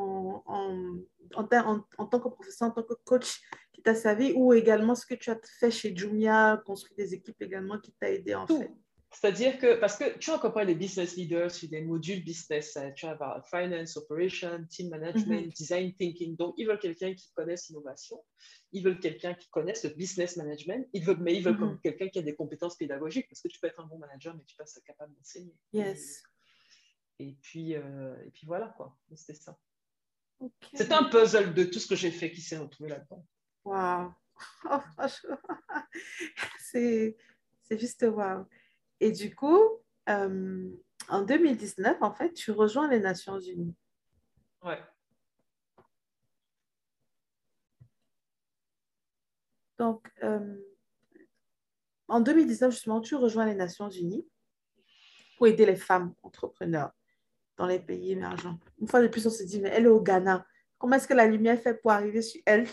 en tant que professeur, en tant que coach qui t'a servi ou également ce que tu as fait chez Jumia, construire des équipes également qui t'a aidé en fait? Tout. C'est-à-dire que, parce que tu accompagnes les business leaders sur des modules business, tu as finance, operation, team management, design thinking. Donc, ils veulent quelqu'un qui connaisse l'innovation, ils veulent quelqu'un qui connaisse le business management, mais ils veulent comme quelqu'un qui a des compétences pédagogiques, parce que tu peux être un bon manager, mais tu pas capable d'enseigner. Yes. Et puis voilà, quoi. C'était ça. Okay. C'est un puzzle de tout ce que j'ai fait qui s'est retrouvé là-dedans. Wow. Oh, c'est juste wow. Et du coup, en 2019, en fait, tu rejoins les Nations Unies. Ouais. Donc, en 2019, justement, tu rejoins les Nations Unies pour aider les femmes entrepreneurs dans les pays émergents. Une fois de plus, on se dit, mais elle est au Ghana. Comment est-ce que la lumière fait pour arriver sur elle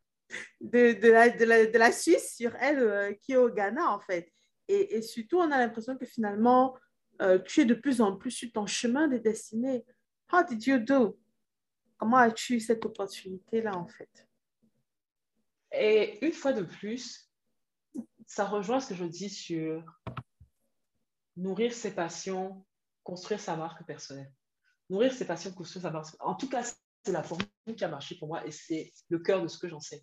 de la Suisse sur elle qui est au Ghana, en fait. Et surtout, on a l'impression que finalement, tu es de plus en plus sur ton chemin de destinée. How did you do? Comment as-tu eu cette opportunité-là, en fait? Et une fois de plus, ça rejoint ce que je dis sur nourrir ses passions, construire sa marque personnelle. Nourrir ses passions, construire sa marque. En tout cas, c'est la formule qui a marché pour moi et c'est le cœur de ce que j'enseigne.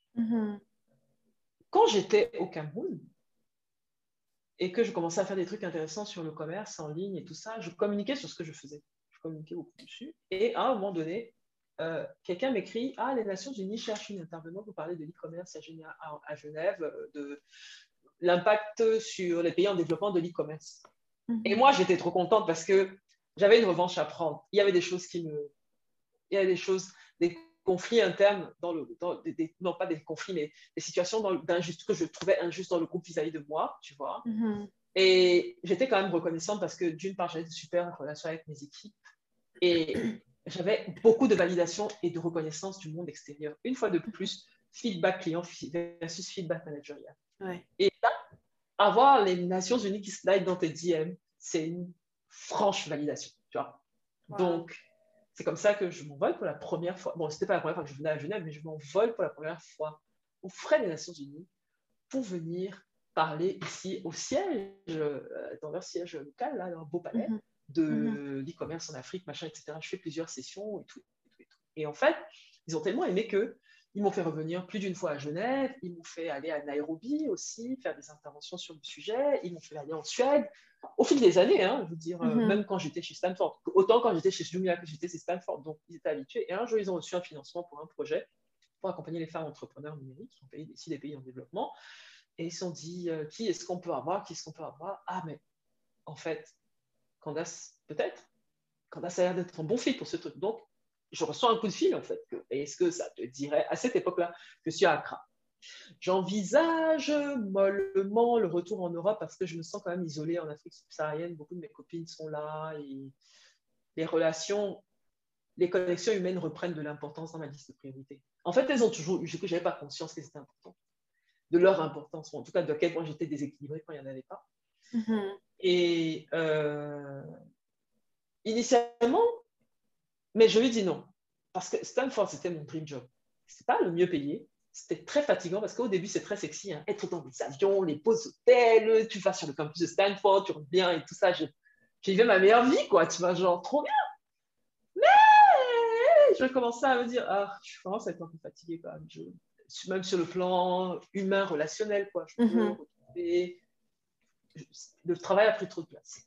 Quand j'étais au Cameroun et que je commençais à faire des trucs intéressants sur le commerce en ligne et tout ça, je communiquais sur ce que je faisais. Je communiquais beaucoup dessus. Et à un moment donné, quelqu'un m'écrit « Ah, les Nations Unies cherchent une intervenante pour parler de l'e-commerce à Genève, de l'impact sur les pays en développement de l'e-commerce. » Et moi, j'étais trop contente parce que j'avais une revanche à prendre. Il y avait des choses il y avait des choses, des conflits internes non pas des conflits, mais des situations que je trouvais injustes dans le groupe vis-à-vis de moi, tu vois. Et j'étais quand même reconnaissante parce que d'une part, j'avais de super relations avec mes équipes et j'avais beaucoup de validation et de reconnaissance du monde extérieur. Une fois de plus, feedback client versus feedback managerial. Ouais. Et là, avoir les Nations Unies qui slide dans tes DM, c'est une franche validation, tu vois. Wow. Donc, c'est comme ça que je m'envole pour la première fois. Bon, c'était pas la première fois que je venais à Genève, mais je m'envole pour la première fois aux frais des Nations Unies pour venir parler ici au siège, dans leur siège local, là, leur beau palais, de l'e-commerce en Afrique, machin, etc. Je fais plusieurs sessions et tout. Et en fait, ils ont tellement aimé que ils m'ont fait revenir plus d'une fois à Genève, ils m'ont fait aller à Nairobi aussi, faire des interventions sur le sujet, ils m'ont fait aller en Suède. Au fil des années, hein, je veux dire, même quand j'étais chez Stanford, autant quand j'étais chez Jumia que j'étais chez Stanford, donc ils étaient habitués. Et un jour, ils ont reçu un financement pour un projet pour accompagner les femmes entrepreneurs numériques, ici des pays en développement. Et ils se sont dit, qui est-ce qu'on peut avoir, Ah, mais en fait, Candace, peut-être. Candace a l'air d'être un bon fit pour ce truc. Donc, je reçois un coup de fil, en fait. Est-ce que ça te dirait, à cette époque-là, je suis à Accra. J'envisage mollement le retour en Europe parce que je me sens quand même isolée en Afrique subsaharienne. Beaucoup de mes copines sont là et les relations les connexions humaines reprennent de l'importance dans ma liste de priorités. En fait, elles ont toujours eu, je n'avais pas conscience que c'était important, de leur importance, ou en tout cas de quel point j'étais déséquilibrée quand il n'y en avait pas. Et initialement, mais je lui dis non, parce que Stanford, c'était mon dream job. Ce n'est pas le mieux payé, c'était très fatigant, parce qu'au début, c'est très sexy, hein, être dans les avions, les pauses hôtels, tu vas sur le campus de Stanford, tu reviens et tout ça. J'ai vécu ma meilleure vie, quoi, tu vois, genre, trop bien. Mais je commençais à me dire, je commence à être un peu fatiguée quand même. Même sur le plan humain, relationnel, quoi. Je peux retrouver... Le travail a pris trop de place.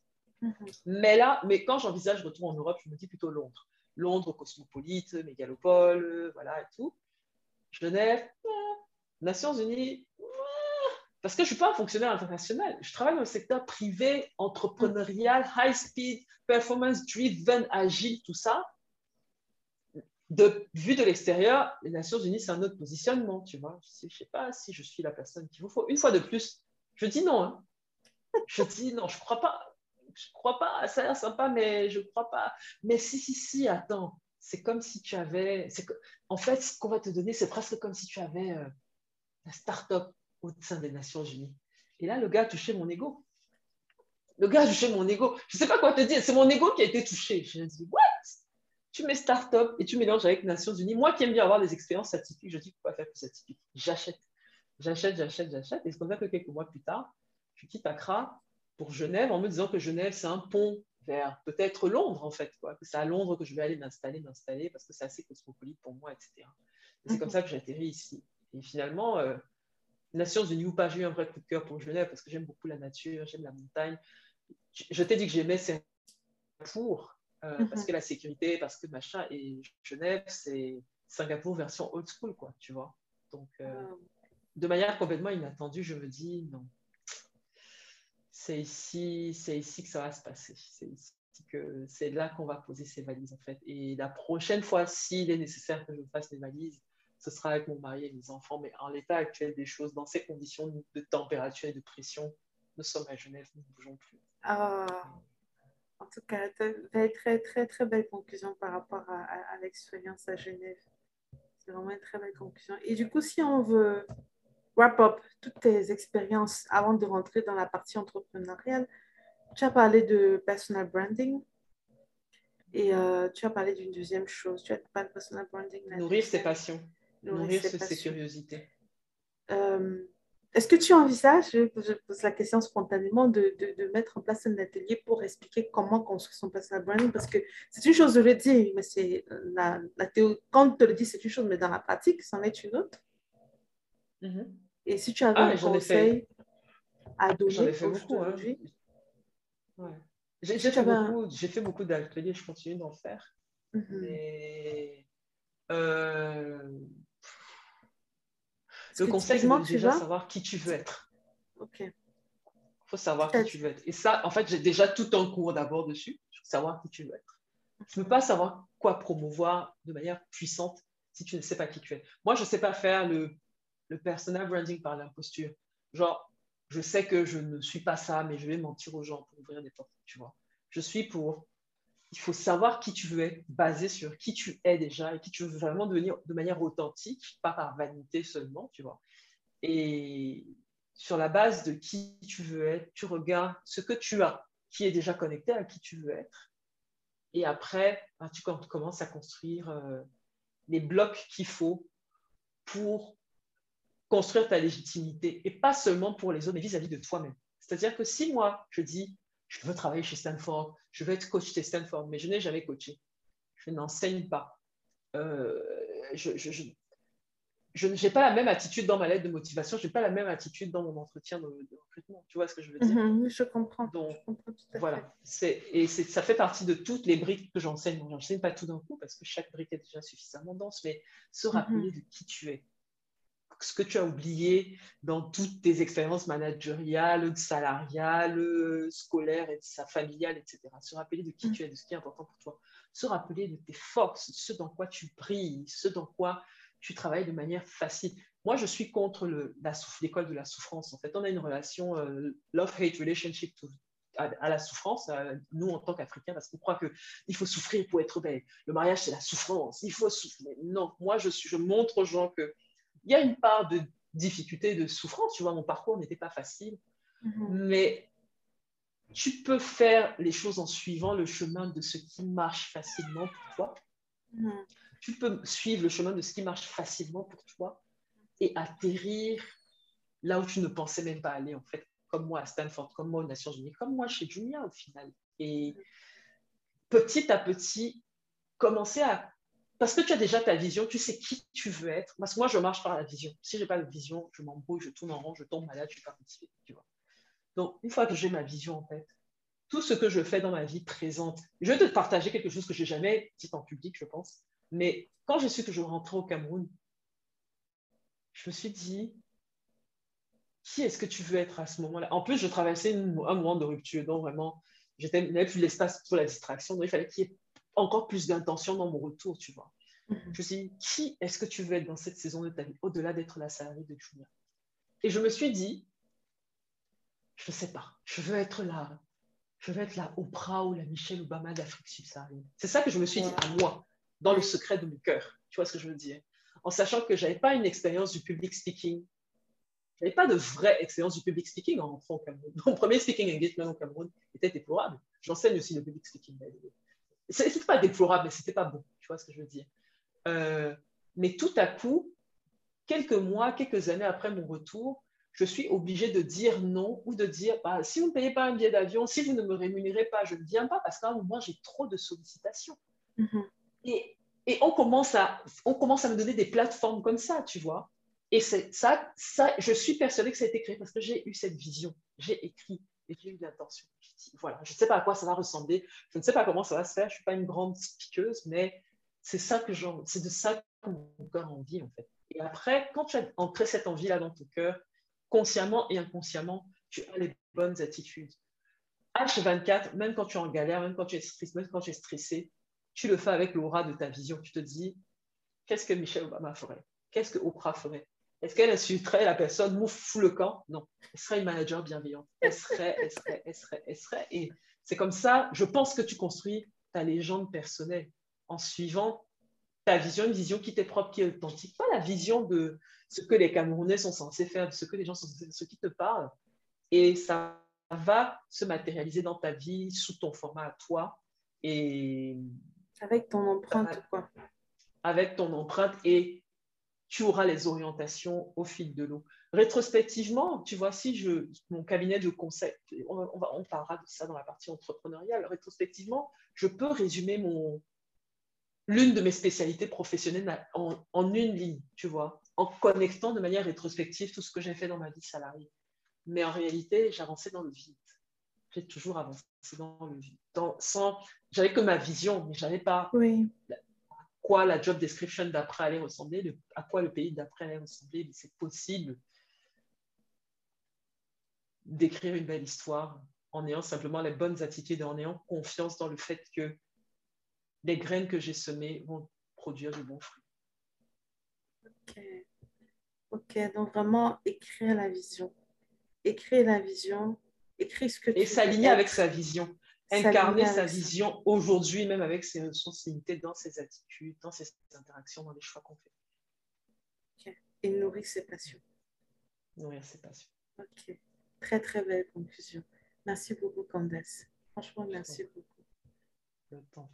Mais quand j'envisage retour en Europe, je me dis plutôt Londres. Londres, cosmopolite, mégalopole, voilà et tout. Genève, Nations Unies, parce que je ne suis pas un fonctionnaire international. Je travaille dans le secteur privé, entrepreneurial, high speed, performance driven, agile, tout ça. Vu de l'extérieur, les Nations Unies, c'est un autre positionnement, tu vois. Je ne sais pas si je suis la personne qu'il vous faut. Une fois de plus, je dis non. Hein. Je dis non, je ne crois pas. Je ne crois pas. Ça a l'air sympa, mais je ne crois pas. Mais si, attends. C'est comme si tu avais... En fait, ce qu'on va te donner, c'est presque comme si tu avais la start-up au sein des Nations Unies. Et là, le gars a touché mon ego. Je ne sais pas quoi te dire. C'est mon ego qui a été touché. Je me dis, what? Tu mets start-up et tu mélanges avec Nations Unies. Moi qui aime bien avoir des expériences atypiques, je dis pourquoi faire plus atypique. J'achète. Et c'est comme ça que quelques mois plus tard, je quitte Accra pour Genève en me disant que Genève, c'est un pont vers peut-être Londres, en fait. Quoi. Que c'est à Londres que je vais aller m'installer parce que c'est assez cosmopolite pour moi, etc. Et c'est comme ça que j'atterris ici. Et finalement, Nations Unies ou pas, j'ai eu un vrai coup de cœur pour Genève parce que j'aime beaucoup la nature, j'aime la montagne. Je t'ai dit que j'aimais Singapour. Parce que la sécurité, parce que machin, et Genève, c'est Singapour version old school, quoi, tu vois. Donc, de manière complètement inattendue, je me dis, non, c'est ici que ça va se passer. C'est là qu'on va poser ses valises, en fait. Et la prochaine fois, s'il est nécessaire que je fasse les valises, ce sera avec mon mari et mes enfants. Mais en l'état actuel des choses, dans ces conditions de température et de pression, nous sommes à Genève, nous ne bougeons plus. En tout cas, très, très, très, très belle conclusion par rapport à l'expérience à Genève. C'est vraiment une très belle conclusion. Et du coup, si on veut wrap up toutes tes expériences avant de rentrer dans la partie entrepreneuriale, tu as parlé de personal branding et tu as parlé d'une deuxième chose. Tu as parlé de personal branding. Nourrir ses passions. Nourrir ses curiosités. Est-ce que tu envisages, je pose la question spontanément, de mettre en place un atelier pour expliquer comment construire son personal branding? Parce que c'est une chose de le dire, mais c'est la théorie. Quand on te le dit, c'est une chose, mais dans la pratique, c'en est une autre. Et si tu avais un conseil à donner aujourd'hui? Ouais. J'ai fait beaucoup d'ateliers, je continue d'en faire. Mais le conseil, c'est de déjà savoir qui tu veux être. Il faut savoir qui tu veux être. Et ça, en fait, j'ai déjà tout un cours d'abord dessus, savoir qui tu veux être. Tu ne peux pas savoir quoi promouvoir de manière puissante si tu ne sais pas qui tu es. Moi, je ne sais pas faire le personal branding par l'imposture. Genre, je sais que je ne suis pas ça, mais je vais mentir aux gens pour ouvrir des portes, tu vois. Il faut savoir qui tu veux être, basé sur qui tu es déjà et qui tu veux vraiment devenir de manière authentique, pas par vanité seulement, tu vois. Et sur la base de qui tu veux être, tu regardes ce que tu as, qui est déjà connecté à qui tu veux être. Et après, tu commences à construire les blocs qu'il faut pour construire ta légitimité. Et pas seulement pour les autres, mais vis-à-vis de toi-même. C'est-à-dire que si moi, je dis, je veux travailler chez Stanford, je veux être coach chez Stanford, mais je n'ai jamais coaché, je n'enseigne pas, je n'ai pas la même attitude dans ma lettre de motivation, je n'ai pas la même attitude dans mon entretien de recrutement. Tu vois ce que je veux dire? Je comprends. Donc, je comprends tout à voilà. Ça fait partie de toutes les briques que j'enseigne. Je n'enseigne pas tout d'un coup parce que chaque brique est déjà suffisamment dense, mais se rappeler de qui tu es. Ce que tu as oublié dans toutes tes expériences managériales, salariales, scolaires, familiales, etc. Se rappeler de qui tu es, de ce qui est important pour toi. Se rappeler de tes forces, ce dans quoi tu brilles, ce dans quoi tu travailles de manière facile. Moi, je suis contre l'école de la souffrance. En fait, on a une relation love-hate relationship à la souffrance, nous en tant qu'Africains, parce qu'on croit qu'il faut souffrir pour être belle. Le mariage, c'est la souffrance, il faut souffrir. Non, moi, je montre aux gens qu'il y a une part de difficulté, de souffrance. Tu vois, mon parcours n'était pas facile, mais tu peux faire les choses en suivant le chemin de ce qui marche facilement pour toi. Tu peux suivre le chemin de ce qui marche facilement pour toi et atterrir là où tu ne pensais même pas aller, en fait, comme moi à Stanford, comme moi aux Nations Unies, comme moi chez Jumia au final. Et petit à petit, commencer à... Parce que tu as déjà ta vision, tu sais qui tu veux être. Parce que moi, je marche par la vision. Si je n'ai pas de vision, je m'embrouille, je tourne en rond, je tombe malade, je ne suis pas motivée, tu vois. Donc, une fois que j'ai ma vision en tête, tout ce que je fais dans ma vie présente, je vais te partager quelque chose que je n'ai jamais dit en public, je pense. Mais quand j'ai su que je rentrais au Cameroun, je me suis dit, qui est-ce que tu veux être à ce moment-là? En plus, je traversais un moment de rupture, donc vraiment, je n'avais plus l'espace pour la distraction, donc il fallait qu'il y ait encore plus d'intention dans mon retour, tu vois. Je me suis dit, qui est-ce que tu veux être dans cette saison de ta vie, au-delà d'être la salariée de Jumia? Et je me suis dit, je ne sais pas, je veux être la Oprah ou la Michelle Obama d'Afrique subsaharienne. C'est ça que je me suis dit à moi, dans le secret de mon cœur. Tu vois ce que je veux dire? En sachant que je n'avais pas une expérience du public speaking. Je n'avais pas de vraie expérience du public speaking en rentrant au Cameroun. Mon premier speaking engagement au Cameroun était déplorable. J'enseigne aussi le public speaking. Ce n'était pas déplorable, mais ce n'était pas bon. Tu vois ce que je veux dire? Mais tout à coup, quelques mois, quelques années après mon retour, je suis obligée de dire non ou de dire si vous ne payez pas un billet d'avion, si vous ne me rémunérez pas, je ne viens pas parce qu'à un moment, j'ai trop de sollicitations. Et on commence à me donner des plateformes comme ça, tu vois. Et ça, je suis persuadée que ça a été créé parce que j'ai eu cette vision. J'ai écrit et j'ai eu l'intention. Voilà, je ne sais pas à quoi ça va ressembler, je ne sais pas comment ça va se faire, je ne suis pas une grande speakeuse, mais c'est de ça que mon cœur a envie, en fait. Et après, quand tu as ancré cette envie-là dans ton cœur, consciemment et inconsciemment, tu as les bonnes attitudes. H24, même quand tu es en galère, même quand tu es triste, même quand tu es stressé, tu le fais avec l'aura de ta vision. Tu te dis, qu'est-ce que Michelle Obama ferait? Qu'est-ce que Oprah ferait? Est-ce qu'elle insulterait la personne, mouf, fout le camp? Non. Elle serait une manager bienveillante. Elle serait. Et c'est comme ça, je pense que tu construis ta légende personnelle en suivant ta vision, une vision qui t'est propre, qui est authentique. Pas la vision de ce que les Camerounais sont censés faire, de ce que les gens sont censés faire, de ce qui te parle. Et ça va se matérialiser dans ta vie, sous ton format à toi. Et avec ton empreinte, quoi. Avec ton empreinte, et tu auras les orientations au fil de l'eau. Rétrospectivement, tu vois, mon cabinet de conseil, on parlera de ça dans la partie entrepreneuriale. Rétrospectivement, je peux résumer l'une de mes spécialités professionnelles en une ligne, tu vois, en connectant de manière rétrospective tout ce que j'ai fait dans ma vie salariée. Mais en réalité, j'avançais dans le vide. J'ai toujours avancé dans le vide. J'avais que ma vision, mais je n'avais pas quoi la job description d'après allait ressembler, à quoi le pays d'après allait ressembler. Mais c'est possible d'écrire une belle histoire en ayant simplement les bonnes attitudes et en ayant confiance dans le fait que les graines que j'ai semées vont produire de bons fruits. Ok, donc vraiment écrire la vision. Écrire la vision, écrire ce que tu veux. Et s'aligner avec sa vision. Incarner sa vision aujourd'hui, même avec ses ressources limitées, dans ses attitudes, dans ses interactions, dans les choix qu'on fait. Okay. Et nourrir ses passions. Nourrir ses passions. Ok. Très, très belle conclusion. Merci beaucoup, Candace. Franchement, merci beaucoup. Le temps.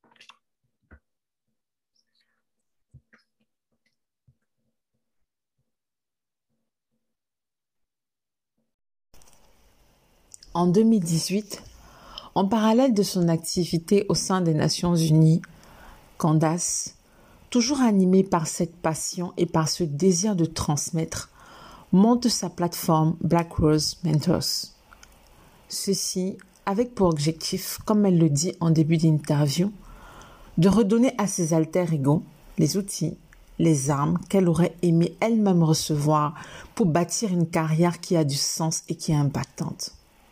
En 2018, en parallèle de son activité au sein des Nations Unies, Candace, toujours animée par cette passion et par ce désir de transmettre, monte sa plateforme Black Rose Mentors. Ceci avec pour objectif, comme elle le dit en début d'interview, de redonner à ses alter ego les outils, les armes qu'elle aurait aimé elle-même recevoir pour bâtir une carrière qui a du sens et qui est impactante.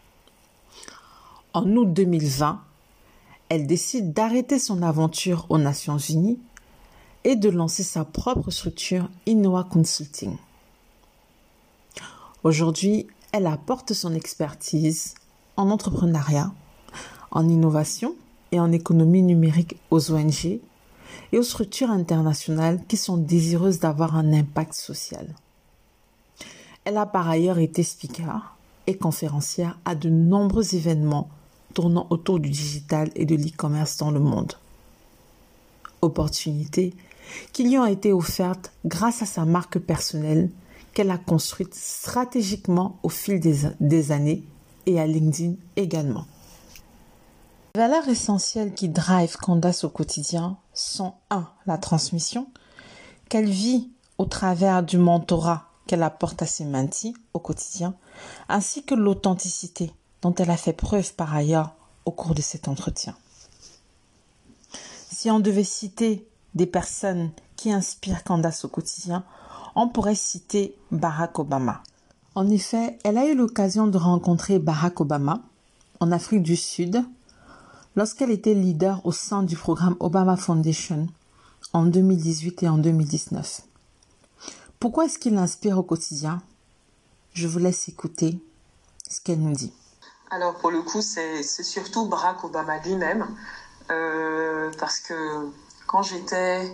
En août 2020, elle décide d'arrêter son aventure aux Nations Unies et de lancer sa propre structure Inoa Consulting. Aujourd'hui, elle apporte son expertise, en entrepreneuriat, en innovation et en économie numérique aux ONG et aux structures internationales qui sont désireuses d'avoir un impact social. Elle a par ailleurs été speaker et conférencière à de nombreux événements tournant autour du digital et de l'e-commerce dans le monde. Opportunités qui lui ont été offertes grâce à sa marque personnelle qu'elle a construite stratégiquement au fil des années et à LinkedIn également. Les valeurs essentielles qui drivent Candace au quotidien sont 1. La transmission, qu'elle vit au travers du mentorat qu'elle apporte à ses mentees au quotidien, ainsi que l'authenticité dont elle a fait preuve par ailleurs au cours de cet entretien. Si on devait citer des personnes qui inspirent Candace au quotidien, on pourrait citer Barack Obama. En effet, elle a eu l'occasion de rencontrer Barack Obama en Afrique du Sud lorsqu'elle était leader au sein du programme Obama Foundation en 2018 et en 2019. Pourquoi est-ce qu'il l'inspire au quotidien? Je vous laisse écouter ce qu'elle nous dit. Alors pour le coup, c'est surtout Barack Obama lui-même, parce que quand j'étais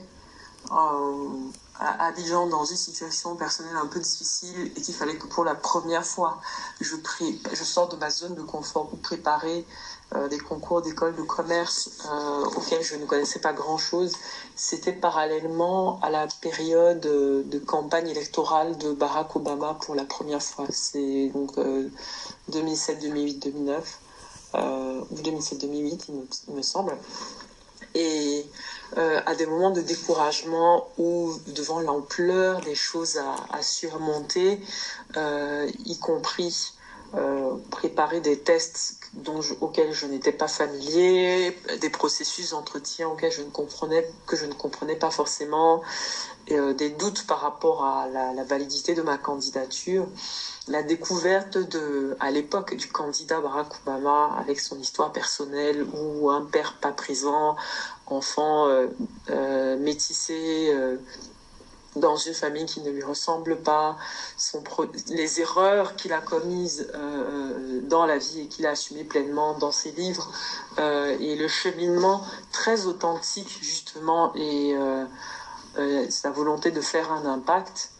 à Abidjan dans une situation personnelle un peu difficile et qu'il fallait que pour la première fois je sorte de ma zone de confort pour préparer des concours d'école de commerce auxquels je ne connaissais pas grand-chose, c'était parallèlement à la période de campagne électorale de Barack Obama pour la première fois. C'est donc 2007, 2008, 2009 ou 2007, 2008 il me semble. Et à des moments de découragement ou devant l'ampleur des choses à surmonter, y compris préparer des tests auxquels je n'étais pas familier, des processus d'entretien auxquels je ne comprenais pas forcément, des doutes par rapport à la validité de ma candidature. La découverte à l'époque du candidat Barack Obama avec son histoire personnelle où un père pas présent, enfant métissé dans une famille qui ne lui ressemble pas, les erreurs qu'il a commises dans la vie et qu'il a assumées pleinement dans ses livres, et le cheminement très authentique justement et sa volonté de faire un impact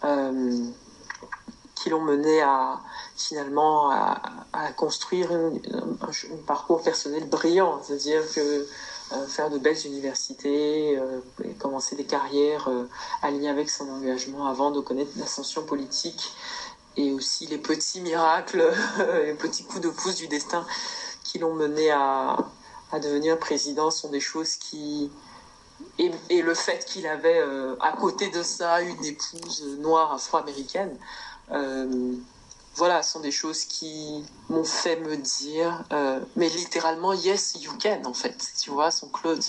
qui l'ont mené finalement à construire un parcours personnel brillant, c'est-à-dire que faire de belles universités, et commencer des carrières alignées avec son engagement avant de connaître l'ascension politique et aussi les petits miracles, les petits coups de pouce du destin qui l'ont mené à devenir président sont des choses qui... Et le fait qu'il avait à côté de ça une épouse noire afro-américaine, voilà, sont des choses qui m'ont fait me dire, mais littéralement, yes, you can, en fait. Tu vois, son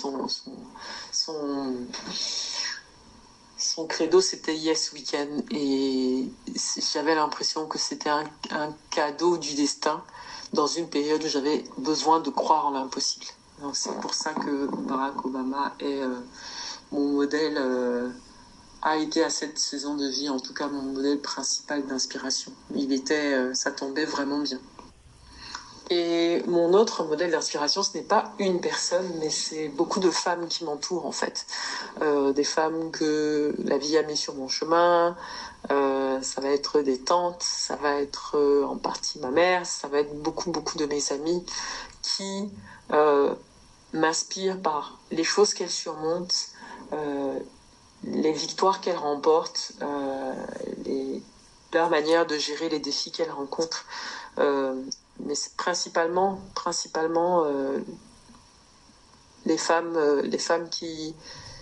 credo, c'était yes, we can. Et j'avais l'impression que c'était un cadeau du destin dans une période où j'avais besoin de croire en l'impossible. Donc, c'est pour ça que Barack Obama est mon modèle, a été à cette saison de vie, en tout cas mon modèle principal d'inspiration. Ça tombait vraiment bien. Et mon autre modèle d'inspiration, ce n'est pas une personne, mais c'est beaucoup de femmes qui m'entourent en fait. Des femmes que la vie a mis sur mon chemin, ça va être des tantes, ça va être en partie ma mère, ça va être beaucoup de mes amis qui m'inspirent par les choses qu'elles surmontent, les victoires qu'elles remportent, leur manière de gérer les défis qu'elles rencontrent. Mais c'est principalement les femmes qui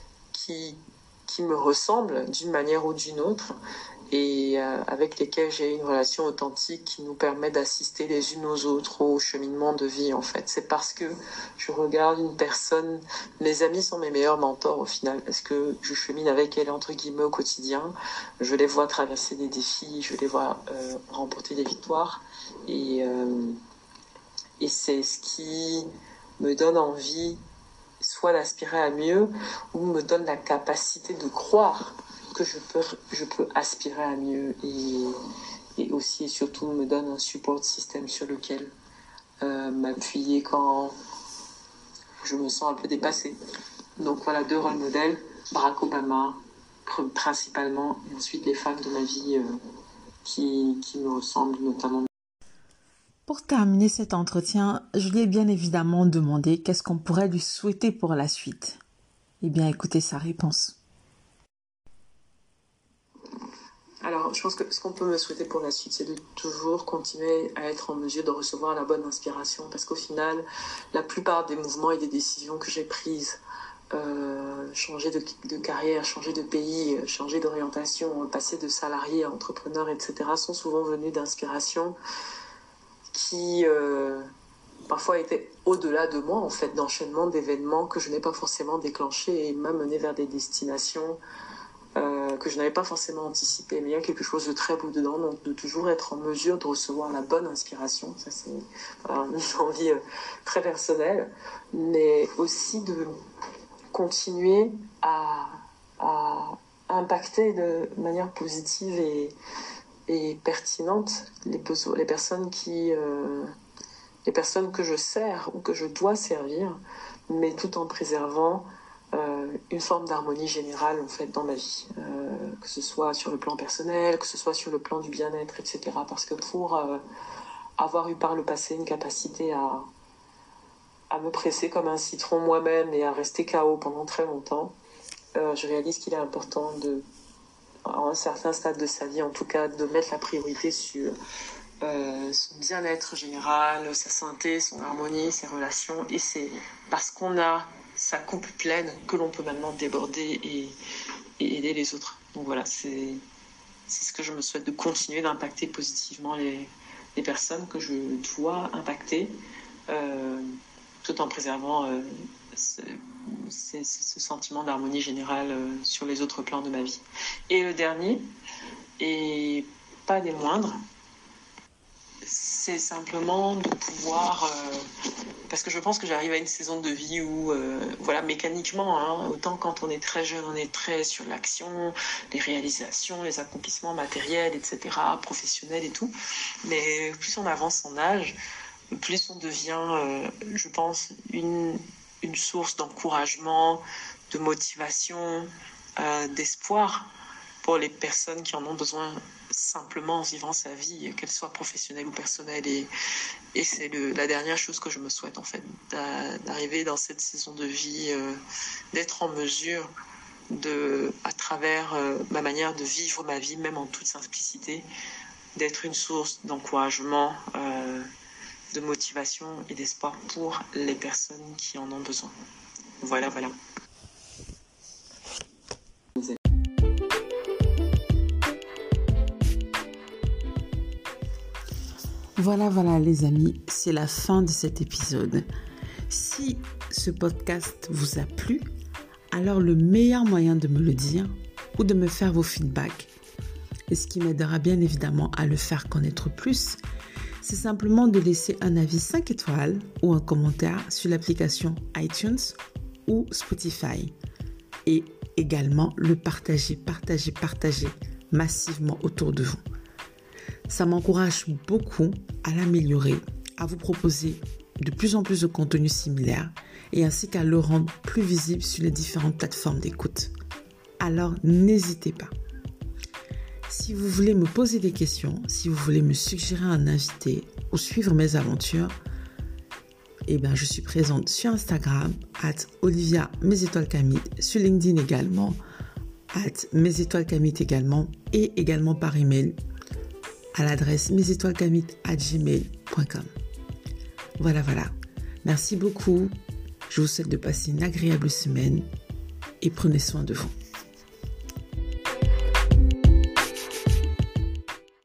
me ressemblent d'une manière ou d'une autre et avec lesquelles j'ai une relation authentique qui nous permet d'assister les unes aux autres au cheminement de vie en fait. C'est parce que je regarde une personne, mes amis sont mes meilleurs mentors au final parce que je chemine avec elles entre guillemets au quotidien, je les vois traverser des défis, je les vois remporter des victoires et c'est ce qui me donne envie soit d'aspirer à mieux ou me donne la capacité de croire que je peux aspirer à mieux et aussi et surtout me donne un support système sur lequel m'appuyer quand je me sens un peu dépassée. Donc voilà, 2 rôles modèles, Barack Obama principalement, et ensuite les femmes de ma vie qui me ressemblent notamment. Pour terminer cet entretien, je lui ai bien évidemment demandé qu'est-ce qu'on pourrait lui souhaiter pour la suite. Eh bien, écoutez sa réponse. Alors, je pense que ce qu'on peut me souhaiter pour la suite, c'est de toujours continuer à être en mesure de recevoir la bonne inspiration, parce qu'au final, la plupart des mouvements et des décisions que j'ai prises, changer de carrière, changer de pays, changer d'orientation, passer de salarié à entrepreneur, etc., sont souvent venus d'inspirations qui parfois étaient au-delà de moi, en fait, d'enchaînements d'événements que je n'ai pas forcément déclenchés et m'amener vers des destinations que je n'avais pas forcément anticipé, mais il y a quelque chose de très beau dedans, donc de toujours être en mesure de recevoir la bonne inspiration. Ça, c'est une envie très personnelle, mais aussi de continuer à impacter de manière positive et pertinente les personnes que je sers ou que je dois servir, mais tout en préservant une forme d'harmonie générale en fait dans ma vie, que ce soit sur le plan personnel, que ce soit sur le plan du bien-être, etc. Parce que pour avoir eu par le passé une capacité à me presser comme un citron moi-même et à rester KO pendant très longtemps, je réalise qu'il est important à un certain stade de sa vie en tout cas, de mettre la priorité sur son bien-être général, sa santé, son harmonie, ses relations, et c'est parce qu'on a sa coupe pleine que l'on peut maintenant déborder et aider les autres. Donc voilà, c'est ce que je me souhaite, de continuer d'impacter positivement les personnes que je dois impacter, tout en préservant ce sentiment d'harmonie générale sur les autres plans de ma vie. Et le dernier, et pas des moindres, c'est simplement de pouvoir... parce que je pense que j'arrive à une saison de vie où, mécaniquement, autant quand on est très jeune, on est très sur l'action, les réalisations, les accomplissements matériels, etc., professionnels et tout. Mais plus on avance en âge, plus on devient, je pense, une source d'encouragement, de motivation, d'espoir pour les personnes qui en ont besoin simplement en vivant sa vie, qu'elle soit professionnelle ou personnelle. Et c'est la dernière chose que je me souhaite, en fait, d'arriver dans cette saison de vie, d'être en mesure à travers ma manière de vivre ma vie, même en toute simplicité, d'être une source d'encouragement, de motivation et d'espoir pour les personnes qui en ont besoin. Voilà. Voilà les amis, c'est la fin de cet épisode. Si ce podcast vous a plu, alors le meilleur moyen de me le dire ou de me faire vos feedbacks, et ce qui m'aidera bien évidemment à le faire connaître plus, c'est simplement de laisser un avis 5 étoiles ou un commentaire sur l'application iTunes ou Spotify. Et également le partager massivement autour de vous. Ça m'encourage beaucoup à l'améliorer, à vous proposer de plus en plus de contenus similaires et ainsi qu'à le rendre plus visible sur les différentes plateformes d'écoute. Alors n'hésitez pas. Si vous voulez me poser des questions, si vous voulez me suggérer un invité ou suivre mes aventures, je suis présente sur Instagram @Olivia_Mes_Étoiles_Camit, sur LinkedIn également @Mes_Étoiles_Camit également, et également par email à l'adresse mesétoilescamit@gmail.com. Voilà. Merci beaucoup. Je vous souhaite de passer une agréable semaine et prenez soin de vous.